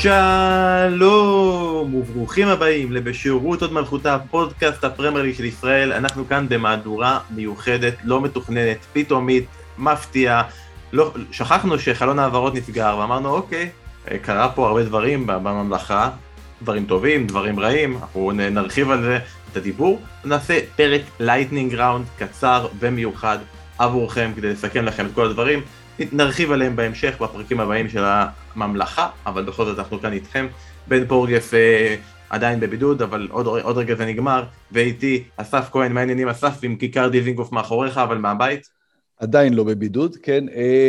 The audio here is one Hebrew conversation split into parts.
שלום וברוכים הבאים לבשירות עוד מלכותה, פודקאסט הפרמייר ליג של ישראל. אנחנו כאן במהדורה מיוחדת, לא מתוכננת, פתאומית, מפתיעה. שכחנו שחלון העברות נסגר ואמרנו אוקיי, קרה פה הרבה דברים בממלכה, דברים טובים, דברים רעים, אנחנו נרחיב על זה את הדיבור. נעשה פרק לייטנינג ראונד קצר ומיוחד עבורכם כדי לסכם לכם את כל הדברים. נרחיב עליהם בהמשך בפרקים הבאים של הממלכה, אבל בכל זאת אנחנו כאן איתכם. בן פורגף עדיין בבידוד, אבל עוד רגע זה נגמר, ואיתי אסף כהן. מה העניינים אסף? עם כיכר דיזינגוף מאחוריך, אבל מהבית? עדיין לא בבידוד, כן.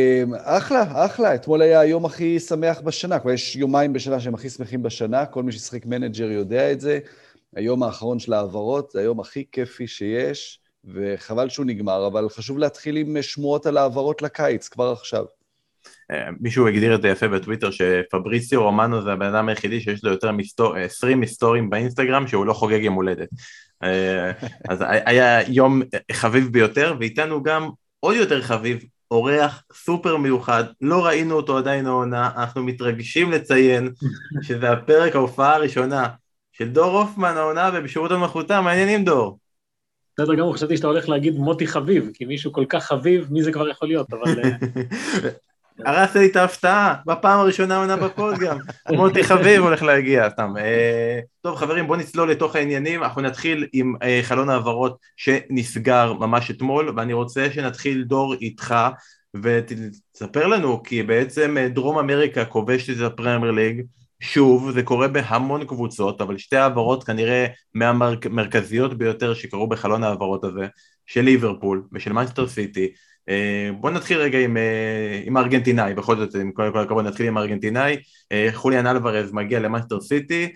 אחלה. אתמול היה היום הכי שמח בשנה, כבר יש יומיים בשנה שהם הכי שמחים בשנה, כל מי ששחק מנג'ר יודע את זה. היום האחרון של העברות, זה היום הכי כיפי שיש, וחבל שהוא נגמר, אבל חשוב להתחיל עם שמועות על העברות לקיץ, כבר עכשיו. מישהו הגדיר את זה יפה בטוויטר, שפבריסיו רומנו זה הבן אדם היחידי שיש לו יותר 20 היסטוריים באינסטגרם, שהוא לא חוגג יום הולדת. אז היה יום חביב ביותר, ואיתנו גם עוד יותר חביב, אורח סופר מיוחד, לא ראינו אותו עדיין העונה, אנחנו מתרגשים לציין שזה הפרק ההופעה הראשונה של דור הופמן העונה ובשירות המלכותה. מעניינים דור? בסדר גמור, חשבתי שאתה הולך להגיד מוטי חביב, כי מישהו כל כך חביב, מי זה כבר יכול להיות, אבל... הרסת לי את ההפתעה, בפעם הראשונה עונה בפוד גם, מוטי חביב הולך להגיע, סתם. טוב חברים, בואו נצלול לתוך העניינים, אנחנו נתחיל עם חלון העברות שנסגר ממש אתמול, ואני רוצה שנתחיל דור איתך, ותספר לנו, כי בעצם דרום אמריקה כובשת את הפרמייר ליג, שוב, זה קורה בהמון קבוצות, אבל שתי העברות כנראה מהמרכזיות ביותר שקרו בחלון העברות הזה, של ליברפול ושל מנצ'סטר סיטי. בואו נתחיל רגע עם הארגנטינאי, בכל זאת, עם כל הכבוד נתחיל עם הארגנטינאי. חוליאן אלוורז מגיע למנצ'סטר סיטי,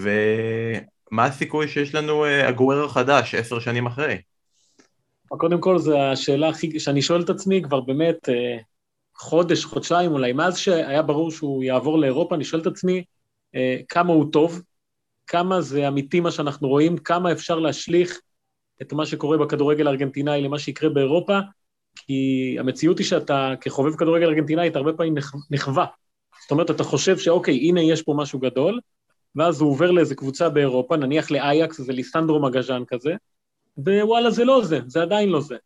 ומה הסיכוי שיש לנו אגוארו חדש 10 שנים אחרי? קודם כל, זו השאלה הכי שאני שואל את עצמי כבר באמת חודש, חודשיים אולי, מאז שהיה ברור שהוא יעבור לאירופה, אני שואל את עצמי כמה הוא טוב, כמה זה אמיתי מה שאנחנו רואים, כמה אפשר להשליך את מה שקורה בכדורגל הארגנטינאי למה שיקרה באירופה, כי המציאות היא שאתה כחובב כדורגל ארגנטינאי, אתה הרבה פעמים נחווה. זאת אומרת, אתה חושב שאוקיי, הנה יש פה משהו גדול, ואז הוא עובר לאיזה קבוצה באירופה, נניח לאייקס, זה ליסנדרו מגז'אן כזה, ווואלה זה לא זה, זה עדיין לא זה.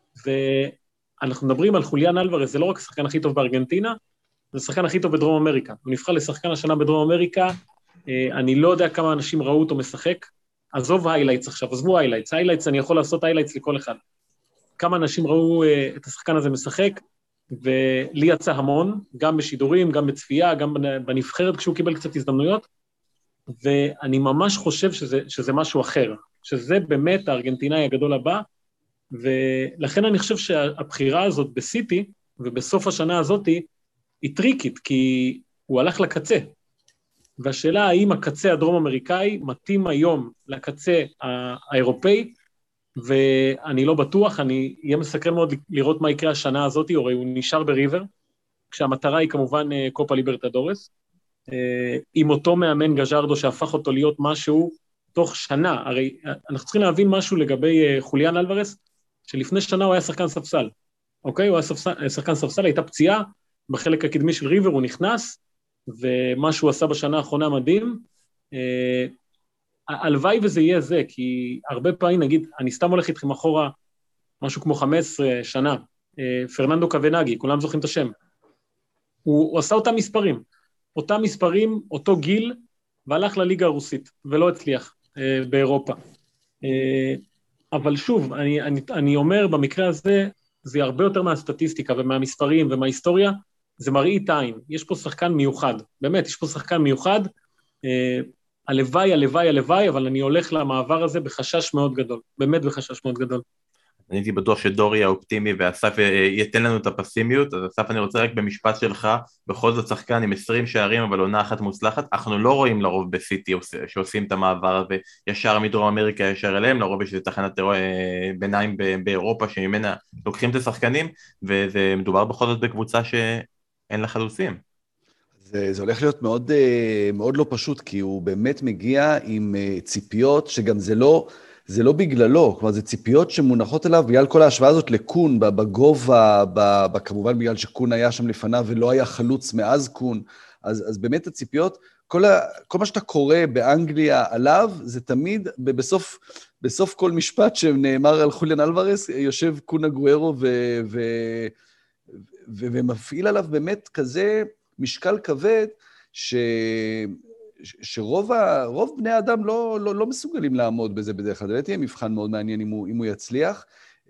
ואנחנו מדברים על חוליאן אלוורז, זה לא רק השחקן הכי טוב בארגנטינה, זה השחקן הכי טוב בדרום אמריקה. הוא נבחר לשחקן השנה בדרום אמריקה, אני לא יודע כמה אנשים ראו אותו משחק, עזוב היילייטס עכשיו, עזבו היילייטס אני יכול לעשות היילייטס לכל אחד. כמה אנשים ראו את השחקן הזה משחק, ולי יצא המון, גם בשידורים, גם בצפייה, גם בנבחרת כשהוא קיבל קצת הזדמנויות, ואני ממש חושב שזה משהו אחר, שזה באמת הארגנטינאי הגדול הבא, ולכן אני חושב שהבחירה הזאת בסיטי, ובסוף השנה הזאת, היא טריקית, כי הוא הלך לקצה, והשאלה האם הקצה הדרום-אמריקאי מתאים היום לקצה האירופאי, ואני לא בטוח, אני אהיה מסקרן מאוד לראות מה יקרה השנה הזאת, הרי הוא נשאר בריבר, כשהמטרה היא כמובן קופה ליברטדורס, עם אותו מאמן גז'רדו שהפך אותו להיות משהו תוך שנה, הרי אנחנו צריכים להבין משהו לגבי חוליאן אלוורז, שלפני שנה הוא היה שחקן ספסל, אוקיי? הוא היה שחקן ספסל, הייתה פציעה, בחלק הקדמי של ריבר הוא נכנס, ומה שהוא עשה בשנה האחרונה מדהים, הלוואי וזה יהיה זה, כי הרבה פעמים, נגיד, אני סתם הולך איתכם אחורה, משהו כמו 15 שנה, פרננדו קוונגי, כולם זוכרים את השם, הוא עשה אותם מספרים, אותו גיל, והלך לליגה הרוסית, ולא הצליח באירופה. אבל שוב, אני אומר, במקרה הזה, זה הרבה יותר מהסטטיסטיקה, ומהמספרים, ומההיסטוריה, זה מראית עין. יש פה שחקן מיוחד, באמת, יש פה שחקן מיוחד, הלוואי, אבל אני הולך למעבר הזה בחשש מאוד גדול, באמת בחשש מאוד גדול. אני הייתי בטוח שדורי האופטימי ואסף ייתן לנו את הפסימיות, אז אסף אני רוצה רק במשפט שלך, בכל זאת שחקן עם 20 שערים אבל עונה אחת מוצלחת, אנחנו לא רואים לרוב בסיטי שעושים את המעבר הזה ישר מדרום אמריקה ישר אליהם, לרוב יש תחנת ביניים באירופה שממנה לוקחים את השחקנים, וזה מדובר בכל זאת בקבוצה שאין לה חלוצים. זה הולך להיות מאוד, מאוד לא פשוט, כי הוא באמת מגיע עם ציפיות שגם זה לא בגללו, כלומר זה ציפיות שמונחות אליו, בגלל כל ההשוואה הזאת לקון, בגובה, כמובן בגלל שקון היה שם לפניו ולא היה חלוץ מאז קון, אז באמת הציפיות, כל מה שאתה קורא באנגליה עליו, זה תמיד, בסוף כל משפט שנאמר על חוליאן אלוורז, יושב קון אגוארו ומפעיל עליו באמת כזה משקל כבד, שרוב בני האדם לא מסוגלים לעמוד בזה בדרך כלל. באמת יהיה מבחן מאוד מעניין אם הוא יצליח.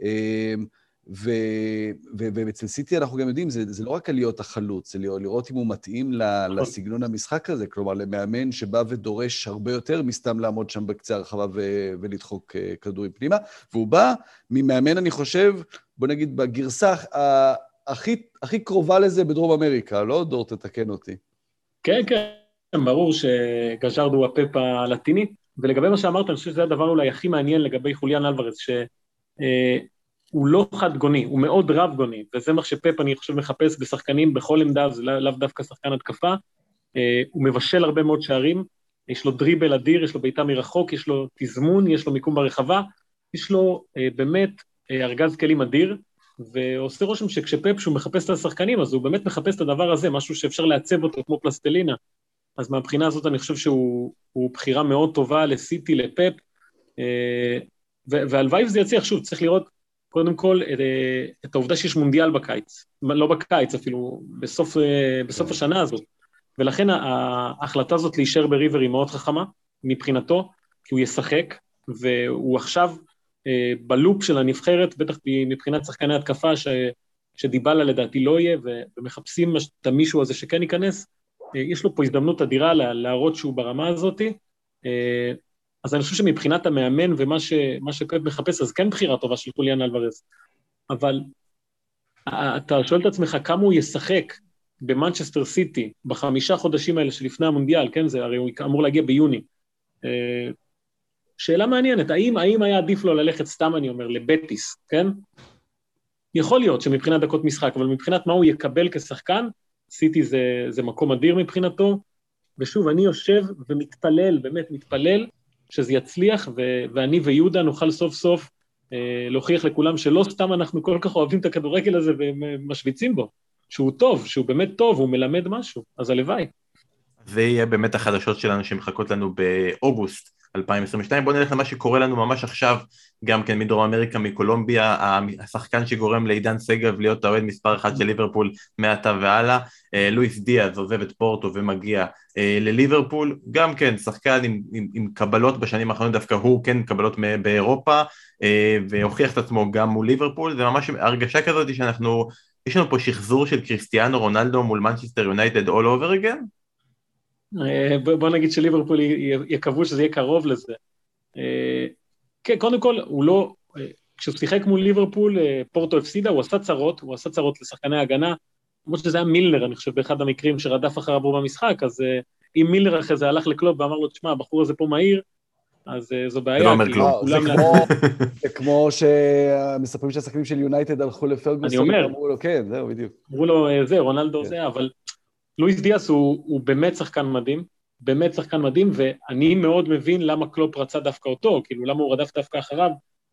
ואצל סיטי אנחנו גם יודעים, זה לא רק על להיות החלוץ, זה לראות אם הוא מתאים לסגנון המשחק הזה, כלומר למאמן שבא ודורש הרבה יותר מסתם לעמוד שם בקצה הרחבה ולדחוק כדורים פנימה, והוא בא ממאמן, אני חושב, בוא נגיד בגרסה הכי קרובה לזה בדרום אמריקה, לא דור תתקן אותי. כן, כן, ברור שגז'ארד הוא הפפ הלטיני, ולגבי מה שאמרת, אני חושב שזה הדבר אולי הכי מעניין לגבי חוליאן אלוורז, הוא לא חד גוני, הוא מאוד רב גוני, וזה מה שפפ אני חושב מחפש בשחקנים בכל עמדה, זה לאו דווקא שחקן התקפה, הוא מבשל הרבה מאוד שערים, יש לו דריבל אדיר, יש לו בעיטה מרחוק, יש לו תזמון, יש לו מיקום ברחבה, יש לו באמת ארגז כלים אדיר, ועושה רושם שכשפפ שהוא מחפש את השחקנים, אז הוא באמת מחפש את הדבר הזה, משהו שאפשר לעצב אותו כמו פלסטלינה, אז מהבחינה הזאת אני חושב שהוא בחירה מאוד טובה לסיטי, לפפ, והלוואי וזה יצליח, שוב, צריך לראות קודם כל את העובדה שיש מונדיאל בקיץ, לא בקיץ אפילו, בסוף השנה הזאת, ולכן ההחלטה הזאת להישאר בריבר היא מאוד חכמה מבחינתו, כי הוא ישחק, והוא עכשיו בלופ של הנבחרת, בטח מבחינת שחקני התקפה שדיבלה לדעתי לא יהיה, ומחפשים את המישהו הזה שכן ייכנס, יש לו פה הזדמנות אדירה להראות שהוא ברמה הזאת, אז אני חושב שמבחינת המאמן ומה שקודם מחפש, אז כן בחירה טובה של חוליאן אלוורז, אבל אתה שואל את עצמך כמה הוא ישחק במנצ'סטר סיטי, ב5 חודשים האלה שלפני המונדיאל, כן, זה הרי הוא אמור להגיע ביוני, שאלה מעניינת, האם היה עדיף לו ללכת סתם, אני אומר, לבטיס, כן? יכול להיות שמבחינת דקות משחק, אבל מבחינת מה הוא יקבל כשחקן, סיטי זה מקום אדיר מבחינתו, ושוב, אני יושב ומתפלל, באמת מתפלל, שזה יצליח, ואני ויהודה נוכל סוף סוף להוכיח לכולם שלא סתם אנחנו כל כך אוהבים את הכדורגל הזה ומשוויצים בו, שהוא טוב, שהוא באמת טוב, הוא מלמד משהו, אז הלוואי. זה יהיה באמת החדשות שלנו שמחכות לנו באוגוסט 2022, בואו נלך למה שקורה לנו ממש עכשיו, גם כן מדרום אמריקה, מקולומביה, השחקן שגורם לעידן סגב להיות האוהד מספר 1 של ליברפול מעתה והלאה, לואיס דיאז עוזב את פורטו ומגיע לליברפול, גם כן שחקן עם קבלות בשנים האחרונות, דווקא הוא כן קבלות באירופה, והוכיח את עצמו גם מול ליברפול, זה ממש הרגשה כזאת יש לנו פה שחזור של קריסטיאנו רונלדו מול מנצ'סטר יונייטד all over again? בוא נגיד שליברפול יקוו שזה יהיה קרוב לזה. כן, קודם כל, הוא לא, כשהוא שיחק מול ליברפול, פורטו הפסידה, הוא עשה צרות לשחקני ההגנה, למרות שזה היה מילנר, אני חושב, באחד המקרים שרדף אחריו בו במשחק, אז אם מילנר אחרי זה הלך לקלוב ואמר לו, תשמע, הבחור הזה פה מהיר, אז זו בעיה. זה לא אומר כלום. זה כמו שמספרים שהשחקנים של יונייטד הלכו לפרגוסון, אני אומר, אמרו לו, כן, זהו, בדיוק. אמרו לו, זה, רונלדו זה, אבל לואיס דיאס הוא באמת שחקן מדהים, ואני מאוד מבין למה קלופ רצה דווקא אותו, כאילו למה הוא רדף דווקא אחריו,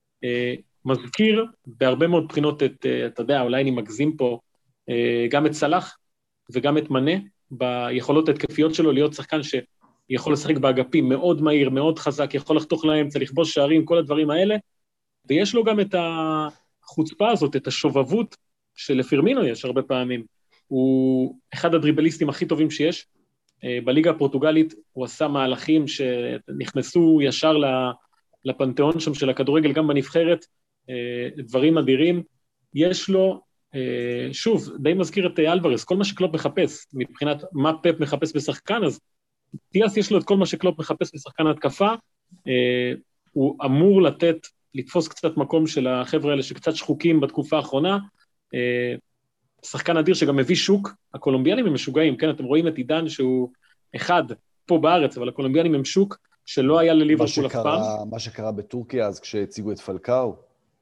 מזכיר בהרבה מאוד בחינות אתה יודע, אולי אני מגזים פה, גם את סלאח וגם את מנה, ביכולות התקפיות שלו להיות שחקן שיכול לשחק באגפים מאוד מהיר, מאוד חזק, יכול לחתוך לאמצע, לכבוש שערים, כל הדברים האלה, ויש לו גם את החוצפה הזאת, את השובבות שלפירמינו יש הרבה פעמים, הוא אחד הדריבליסטים הכי טובים שיש, בליגה הפורטוגלית הוא עשה מהלכים שנכנסו ישר לפנתיאון שם של הכדורגל, גם בנבחרת, דברים אדירים, יש לו, שוב, די מזכיר את אלוורז, כל מה שקלופ מחפש, מבחינת מה פפ מחפש בשחקן, אז דיאס יש לו את כל מה שקלופ מחפש בשחקן התקפה, הוא אמור לתפוס קצת מקום של החבר'ה האלה שקצת שחוקים בתקופה האחרונה, שחקן אדיר שגם מביא שוק, הקולומביאנים הם משוגעים, כן, אתם רואים את עידן שהוא אחד פה בארץ, אבל הקולומביאנים הם שוק שלא היה לליברפול אף פעם. מה שקרה בטורקיה אז כשהציגו את פלקאו.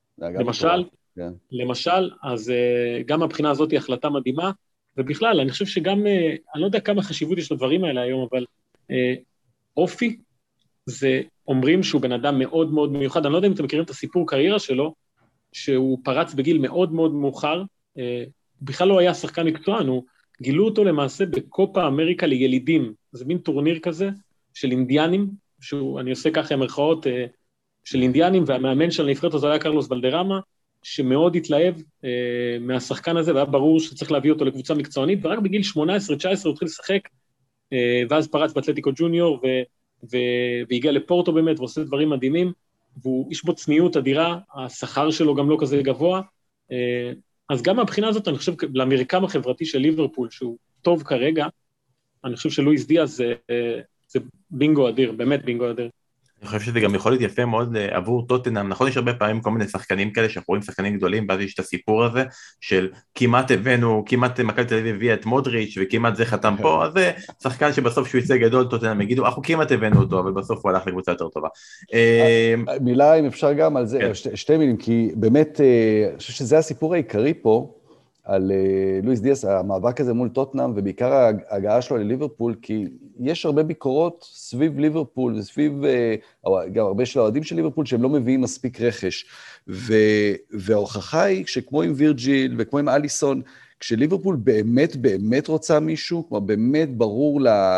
למשל, אז גם הבחינה הזאת היא החלטה מדהימה, ובכלל, אני חושב שגם, אני לא יודע כמה חשיבות יש לדברים האלה היום, אבל אופי, זה אומרים שהוא בן אדם מאוד מאוד מיוחד, אני לא יודע אם אתם מכירים את הסיפור קריירה שלו, שהוא פרץ בגיל מאוד מאוד מאוחר, בכלל לא היה שחקן מקצוען, הוא גילו אותו למעשה בקופה אמריקה לילידים, זה מין טורניר כזה של אינדיאנים, אני עושה ככה מרכאות של אינדיאנים, והמאמן של הנבחרת הזה היה קרלוס בלדרמה, שמאוד התלהב מהשחקן הזה, והיה ברור שצריך להביא אותו לקבוצה מקצוענית, ורק בגיל 18-19 הוא התחיל לשחק, ואז פרץ באתלטיקו ג'וניור, והגיע לפורטו באמת, ועושה דברים מדהימים, והוא איש בו צניעות אדירה, השכר שלו גם לא כזה גבוה, אז גם מהבחינה הזאת, אני חושב, למרקם החברתי של ליברפול, שהוא טוב כרגע, אני חושב שלואיס דיאז זה בינגו אדיר, באמת בינגו אדיר. אני חושב שזה גם יכול להיות יפה מאוד עבור טוטנהאם, נכון, יש הרבה פעמים כל מיני שחקנים כאלה, שאנחנו רואים שחקנים גדולים, ואז יש את הסיפור הזה, של כמעט מכבי תל אביב הביאה את מודריץ' וכמעט זה חתם פה, אז זה שחקן שבסוף שהוא יצא גדול, טוטנהאם יגידו, אנחנו כמעט הבאנו אותו, אבל בסוף הוא הלך לקבוצה יותר טובה. מילה, אם אפשר גם על זה, שתי מילים, כי באמת, אני חושב שזה הסיפור העיקרי פה, על לואיס דיאס, המאבק הזה מול טוטנהאם, ובעיקר ההגעה שלו לליברפול, כי יש הרבה ביקורות סביב ליברפול, וסביב גם הרבה של האוהדים של ליברפול, שהם לא מביאים מספיק רכש. וההוכחה היא שכמו עם וירג'יל וכמו עם אליסון, כשליברפול באמת רוצה מישהו, כמו באמת ברור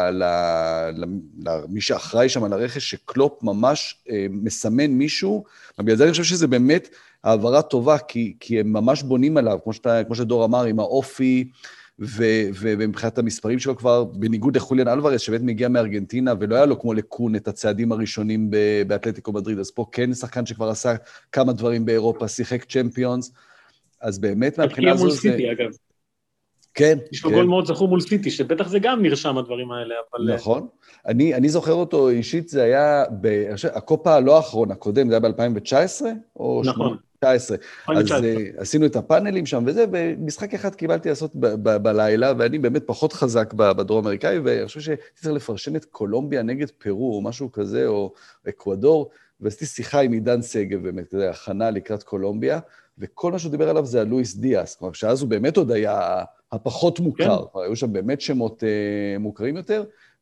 למי שאחראי שם על הרכש, שקלופ ממש מסמן מישהו, ובגלל זה אני חושב שזה באמת העברה טובה, כי הם ממש בונים עליו, כמו שדור אמר, עם האופי, ובמבחינת המספרים שלו כבר, בניגוד לחוליאן אלוורס, שבאמת מגיע מארגנטינה, ולא היה לו כמו לקון את הצעדים הראשונים באתלטיקו מדריד, אז פה כן שחקן שכבר עשה כמה דברים באירופה, שיחק צ'מפיונס, אז באמת מהבחינה הזו זה... סיטי, אגב. כן. יש לו גול מאוד זכור מול סיטי, שבטח זה גם נרשם הדברים האלה, אבל... נכון. אני זוכר אותו אישית, זה היה, הקופה הלא האחרון, הקודם, זה היה ב-2019, או... נכון. 19. אז עשינו את הפאנלים שם וזה, ומשחק אחד קיבלתי לעשות בלילה, ואני באמת פחות חזק בדרום אמריקאי, ואני חושב שצריך לפרשן את קולומביה נגד פרו, או משהו כזה, או אקוודור, ועשיתי שיחה עם עידן סגב, באמת, כזה, הכנה לקראת קולומביה, וכל מה שהוא דיבר עליו זה הלואיס דיאס, כלומר, שאז הוא באמת עוד היה הפחות מוכר, היו שם באמת שמות מוכרים יותר,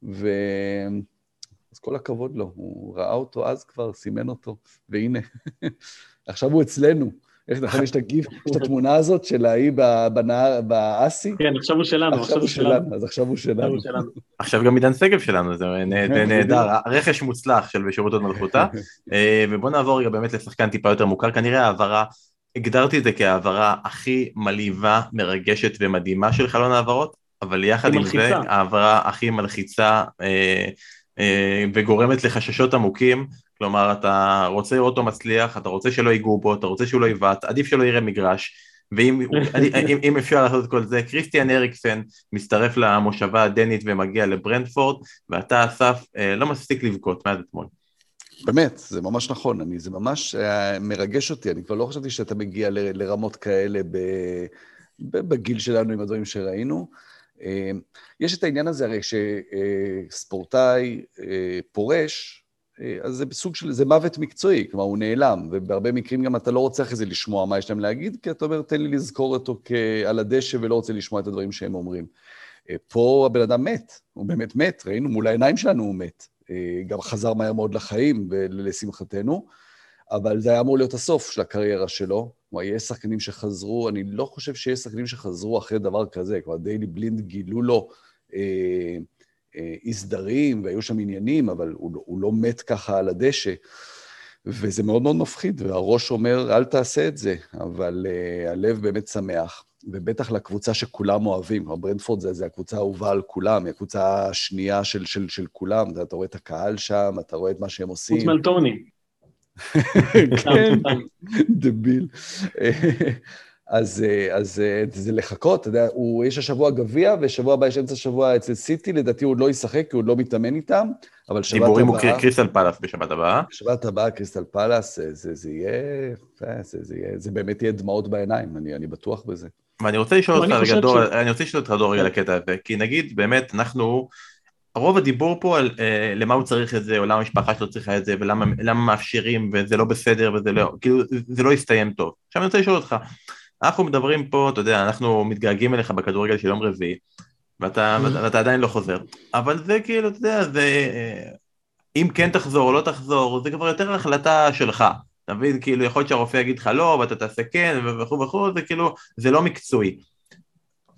אז כל הכבוד לו, הוא ראה אותו אז כבר, סימן אותו, והנה, עכשיו הוא אצלנו. איך נכון, יש את התמונה הזאת של ההיא באסי? כן, עכשיו הוא שלנו. אז עכשיו הוא שלנו. עכשיו גם עידן סגב שלנו, זה נהדר, רכש מוצלח של בשירות עוד מלכותה, ובוא נעבור רגע באמת לשחקן טיפה יותר מוכר, כנראה העברה, הגדרתי את זה כהעברה הכי מלהיבה, מרגשת ומדהימה של חלון העברות, אבל יחד עם זה, העברה הכי מלחיצה, וגורמת לחששות עמוקים, כלומר, אתה רוצה לראות אותו מצליח, אתה רוצה שלא ייגעו בו, אתה רוצה שהוא לא יבט, עדיף שלא יראה מגרש, ואם אפשר לעשות את כל זה, קריסטיאן אריקסן מצטרף למושבה הדנית ומגיע לברנדפורד, ואתה אסף לא מפסיק לבכות מאז אתמול. באמת, זה ממש נכון, זה ממש מרגש אותי, אני כבר לא חשבתי שאתה מגיע לרמות כאלה בגיל שלנו עם הדברים שראינו, יש את העניין הזה הרי שספורטאי פורש, אז זה בסוג של, זה מוות מקצועי, כלומר הוא נעלם, ובהרבה מקרים גם אתה לא רוצה אחרי זה לשמוע מה יש להם להגיד, כי אתה אומר, תן לי לזכור אותו על הדשא ולא רוצה לשמוע את הדברים שהם אומרים. פה הבן אדם מת, הוא באמת מת, ראינו מול העיניים שלנו הוא מת, גם חזר מהר מאוד לחיים ולשמחתנו, אבל זה היה אמור להיות הסוף של הקריירה שלו, כלומר, יש שחקנים שחזרו, אני לא חושב שיש שחקנים שחזרו אחרי דבר כזה, כלומר, דיילי בלינד גילו לו אי-סדרים, והיו שם עניינים, אבל הוא לא מת ככה על הדשא, וזה מאוד מאוד מפחיד, והראש אומר, אל תעשה את זה, אבל הלב באמת שמח, ובטח לקבוצה שכולם אוהבים, ברנדפורד זה הקבוצה האהובה על כולם, היא הקבוצה השנייה של כולם, אתה רואה את הקהל שם, אתה רואה את מה שהם עושים. חוץ מלטוני. כן, דביל. אז זה לחכות, אתה יודע, יש השבוע גביע, ושבוע הבא יש אמצע שבוע אצל סיטי, לדעתי הוא עוד לא ישחק, כי הוא לא מתאמן איתם, אבל שבת הבאה... דיבורים הוא קריסטל פלאס בשבת הבאה. שבת הבאה, קריסטל פלאס, זה יהיה, זה באמת יהיה דמעות בעיניים, אני בטוח בזה. ואני רוצה לשאול אותך דור רגע לקטע הזה, כי נגיד באמת אנחנו... הרוב הדיבור פה על למה הוא צריך את זה, או למה המשפחה שלו צריכה את זה, ולמה מאפשרים, וזה לא בסדר, וזה לא, כאילו, זה לא יסתיים טוב. עכשיו אני רוצה לשאול אותך, אנחנו מדברים פה, אתה יודע, אנחנו מתגעגעים אליך בכדורגל של יום רביעי, ואתה עדיין לא חוזר, אבל זה כאילו, אתה יודע, זה, אם כן תחזור או לא תחזור, זה כבר יותר החלטה שלך, אתה מבין, כאילו, יכול להיות שהרופא יגיד לך לא, ואתה תעשה כן, וכו' וכו', זה כאילו, זה לא מקצועי.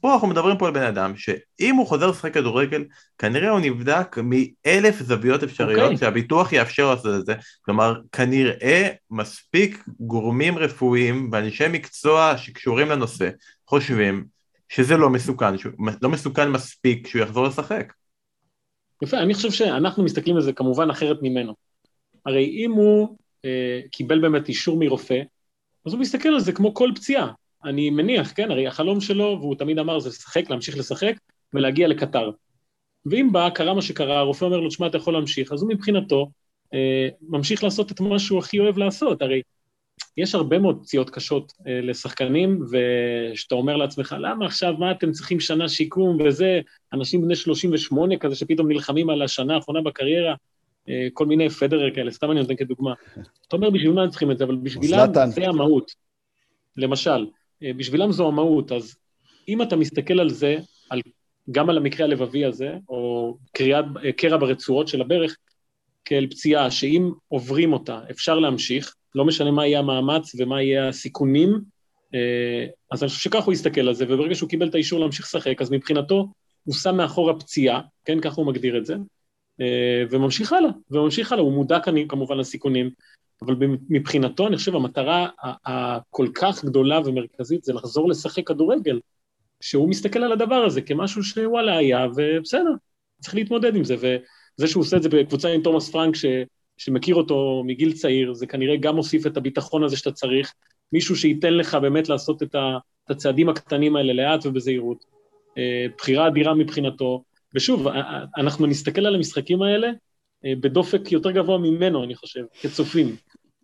פה אנחנו מדברים פה על בן אדם, שאם הוא חוזר לשחק כדורגל, כנראה הוא נבדק מ1,000 זוויות אפשריות, שהביטוח יאפשר לעשות את זה, כלומר, כנראה מספיק גורמים רפואיים, ואנשי מקצוע שקשורים לנושא, חושבים שזה לא מסוכן, לא מסוכן מספיק שהוא יחזור לשחק. יפה, אני חושב שאנחנו מסתכלים על זה כמובן אחרת ממנו. הרי אם הוא קיבל באמת אישור מרופא, אז הוא מסתכל על זה כמו כל פציעה. אני מניח, כן, הרי החלום שלו, והוא תמיד אמר, זה לשחק, להמשיך לשחק, ולהגיע לקטר. ואם בא, קרה מה שקרה, הרופא אומר לו, תשמע, אתה יכול להמשיך, אז הוא מבחינתו, ממשיך לעשות את מה שהוא הכי אוהב לעשות. הרי יש הרבה מאוד פציעות קשות לשחקנים, ושאתה אומר לעצמך, למה עכשיו, מה אתם צריכים שנה שיקום, וזה, אנשים בני 38 כזה, שפתאום נלחמים על השנה האחרונה בקריירה, כל מיני פדרר כאלה, סתם אני נותן כדוגמה. אתה אומר, בשביל מה הם צריכים את זה, אבל בשבילם זה המהות. למשל, בשבילם זו המהות, אז אם אתה מסתכל על זה, גם על המקרה הלבבי הזה, או קרע ברצועות של הברך, כאל פציעה, שאם עוברים אותה, אפשר להמשיך, לא משנה מה יהיה המאמץ ומה יהיה הסיכונים, אז אני חושב שכך הוא יסתכל על זה, וברגע שהוא קיבל את האישור להמשיך לשחק, אז מבחינתו הוא שם מאחור הפציעה, כן, כך הוא מגדיר את זה, וממשיך הלאה, הוא מודע כמובן לסיכונים, אבל מבחינתו אני חושב המטרה הכל כך גדולה ומרכזית זה לחזור לשחק כדורגל, שהוא מסתכל על הדבר הזה כמשהו שוואלה היה, ובסדר, צריך להתמודד עם זה, וזה שהוא עושה את זה בקבוצה עם תומאס פרנק שמכיר אותו מגיל צעיר, זה כנראה גם מוסיף את הביטחון הזה שאתה צריך, מישהו שייתן לך באמת לעשות את הצעדים הקטנים האלה לאט ובזהירות, בחירה אדירה מבחינתו, ושוב, אנחנו נסתכל על המשחקים האלה, בדופק יותר גבוה ממנו, אני חושב, כצופים.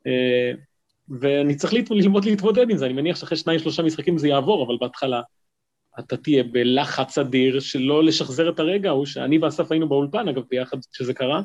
ואני צריך ללמוד להתמודד עם זה, אני מניח שאחרי 2-3 משחקים זה יעבור, אבל בהתחלה אתה תהיה בלחץ אדיר, שלא לשחזר את הרגע, הוא שאני ואסף היינו באולפן, אגב, ביחד שזה קרה,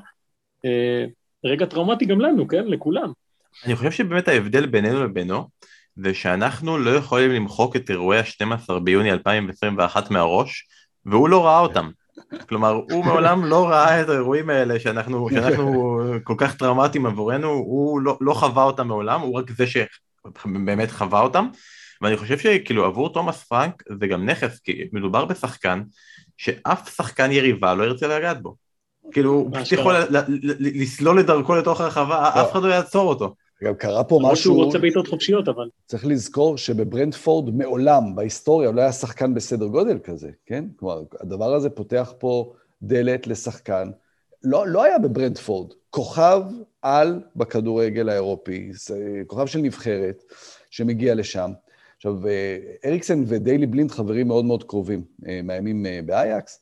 רגע טראומטי גם לנו, כן? לכולם. אני חושב שבאמת ההבדל בינינו לבינו, זה שאנחנו לא יכולים למחוק את אירועי ה-12 ביוני 2021 מהראש, והוא לא ראה אותם. כלומר, הוא מעולם לא ראה את האירועים האלה שאנחנו כל כך טראומטיים עבורנו, הוא לא חווה אותם מעולם, הוא רק זה שבאמת חווה אותם, ואני חושב שכאילו עבור תומאס פרנק זה גם נכס, כי מדובר בשחקן שאף שחקן יריבה לא ירצה לגעת בו. כאילו, הוא פשוט יכול לסלול לדרכו לתוך הרחבה, אף אחד לא יעצור אותו. גם קרה פה משהו... שהוא רוצה בעיטות חופשיות, אבל... צריך לזכור שבברנטפורד מעולם, בהיסטוריה, לא היה שחקן בסדר גודל כזה, כן? כלומר, הדבר הזה פותח פה דלת לשחקן. לא היה בברנטפורד, כוכב על בכדורגל האירופי, כוכב של נבחרת שמגיע לשם. עכשיו, אריקסן ודיילי בלינד חברים מאוד מאוד קרובים מהימים באייקס,